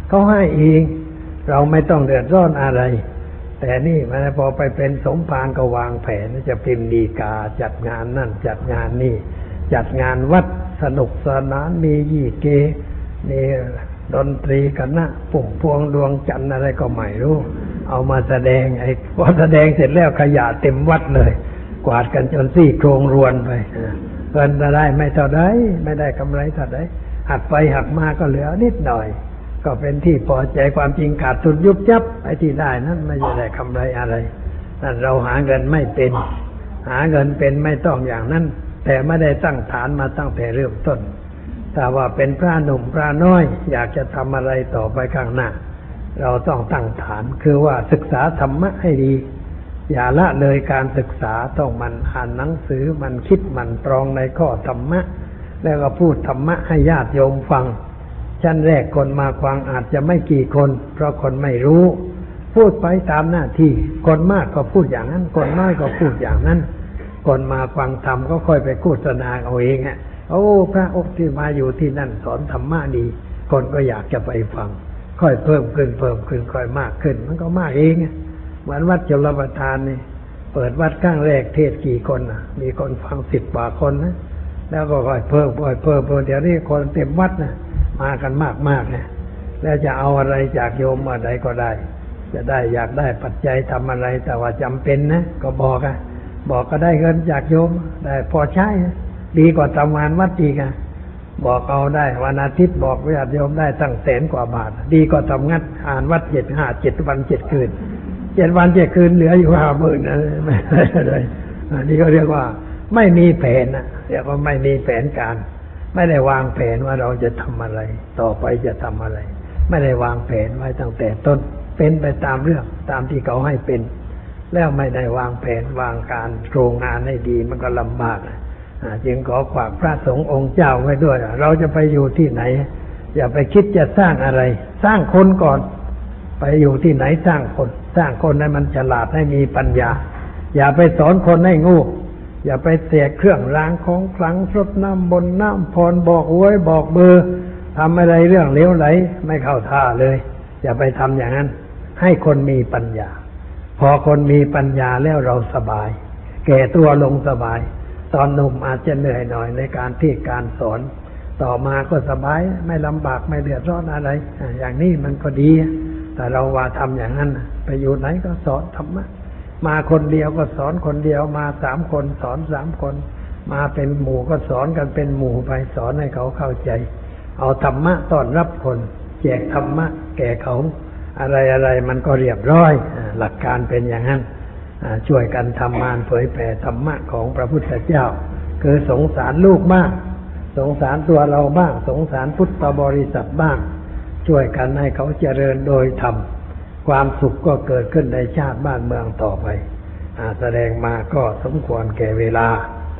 เขาให้เองเราไม่ต้องเดือดร้อนอะไรแต่นี่มันพอไปเป็นสมภารก็วางแผนจะพิมพ์ฎีกาจัดงานนั่นจัดงานนี่จัดงานวัดสนุกสนานมียี่เกมีดนตรีคณะปุ่มพวงดวงจันทร์อะไรก็ไม่รู้เอามาแสดงพอแสดงเสร็จแล้วขยะเต็มวัดเลยกวาดกันจนซี่โครงรวนไปเงินจะได้ไม่เท่าใดไม่ได้กำไรเท่าใดหักไปหักมาก็เหลือนิดหน่อยก็เป็นที่พอใจความจริงขาดทุนยุบยับไอ้ที่ได้นั้นไม่ได้กำไรอะไรนั่นเราหาเงินไม่เป็นหาเงินเป็นไม่ต้องอย่างนั้นแต่ไม่ได้ตั้งฐานมาตั้งแต่เริ่มต้นถ้าว่าเป็นพระหนุ่มพระน้อยอยากจะทำอะไรต่อไปข้างหน้าเราต้องตั้งฐานคือว่าศึกษาธรรมะให้ดีอย่าละเลยการศึกษาต้องมันอ่านหนังสือมันคิดมันตรองในข้อธรรมะแล้วก็พูดธรรมะให้ญาติโยมฟังชั้นแรกคนมาฟังอาจจะไม่กี่คนเพราะคนไม่รู้พูดไปตามหน้าที่คนมากก็พูดอย่างนั้นคนน้อยก็พูดอย่างนั้นคนมาฟังธรรมก็ค่อยไปโฆษณาเอาเองโอ้พระองค์ที่มาอยู่ที่นั่นสอนธรรมะดีคนก็อยากจะไปฟังค่อยเพิ่มขึ้นค่อยมากขึ้นมันก็มากเองเหมือนวัดชลประทานนี่เปิดวัดครั้งแรกเทศกี่คนมีคนฟัง10 กว่าคนนะแล้วก็ค่อยเพิ่มเดี๋ยวนี้คนเต็มวัดนะมากันมากเนี่ยแล้วจะเอาอะไรจากโยมอะไรก็ได้จะได้อยากได้ปัจจัยทำอะไรแต่ว่าจำเป็นนะก็บอกก็ได้เงินจากโยมได้พอใช้ดีกว่าทำงานวัดอีกบอกเอาได้วันอาทิตย์บอกญาติโยมได้ตั้ง100,000 กว่าบาทดีกว่าทำงานอ่านวัด7 วัน 7 คืน7 วัน 7 คืนเหลืออยู่50,000นะไม่ได้เลยนี่ก็เรียกว่าไม่มีแผนเรียกว่าไม่มีแผนการไม่ได้วางแผนว่าเราจะทำอะไรต่อไปจะทำอะไรไม่ได้วางแผนไว้ตั้งแต่ต้นเป็นไปตามเรื่องตามที่เขาให้เป็นแล้วไม่ได้วางแผนวางการโครงงานให้ดีมันก็ลำบากจึงขอฝากพระสงฆ์องค์เจ้าไว้ด้วยเราจะไปอยู่ที่ไหนอย่าไปคิดจะสร้างอะไรสร้างคนก่อนไปอยู่ที่ไหนสร้างคนให้มันฉลาดให้มีปัญญาอย่าไปสอนคนให้โง่อย่าไปเสียเครื่องรางของขลังรดน้ำบนน้ำพรบอกหวยบอกเบอร์ทำอะไรเรื่องเลวไหลไม่เข้าท่าเลยอย่าไปทำอย่างนั้นให้คนมีปัญญาพอคนมีปัญญาแล้วเราสบายแก่ตัวลงสบายตอนหนุ่มอาจจะเหนื่อยหน่อยในการที่การสอนต่อมาก็สบายไม่ลำบากไม่เดือดร้อนอะไรอย่างนี้มันก็ดีแต่เราว่าทำอย่างนั้นไปอยู่ไหนก็สอนธรรมะมาคนเดียวก็สอนคนเดียวมา3 คนสอน3 คนมาเป็นหมู่ก็สอนกันเป็นหมู่ไปสอนให้เขาเข้าใจเอาธรรมะต้อนรับคนแจกธรรมะแก่เขาอะไรมันก็เรียบร้อยหลักการเป็นอย่างนั้นช่วยกันทำงานเผยแผ่ธรรมะของพระพุทธเจ้าคือสงสารลูกบ้างสงสารตัวเราบ้างสงสารพุทธบริษัทบ้างช่วยกันให้เขาเจริญโดยธรรมความสุขก็เกิดขึ้นในชาติบ้านเมืองต่อไปแสดงมาก็สมควรแก่เวลา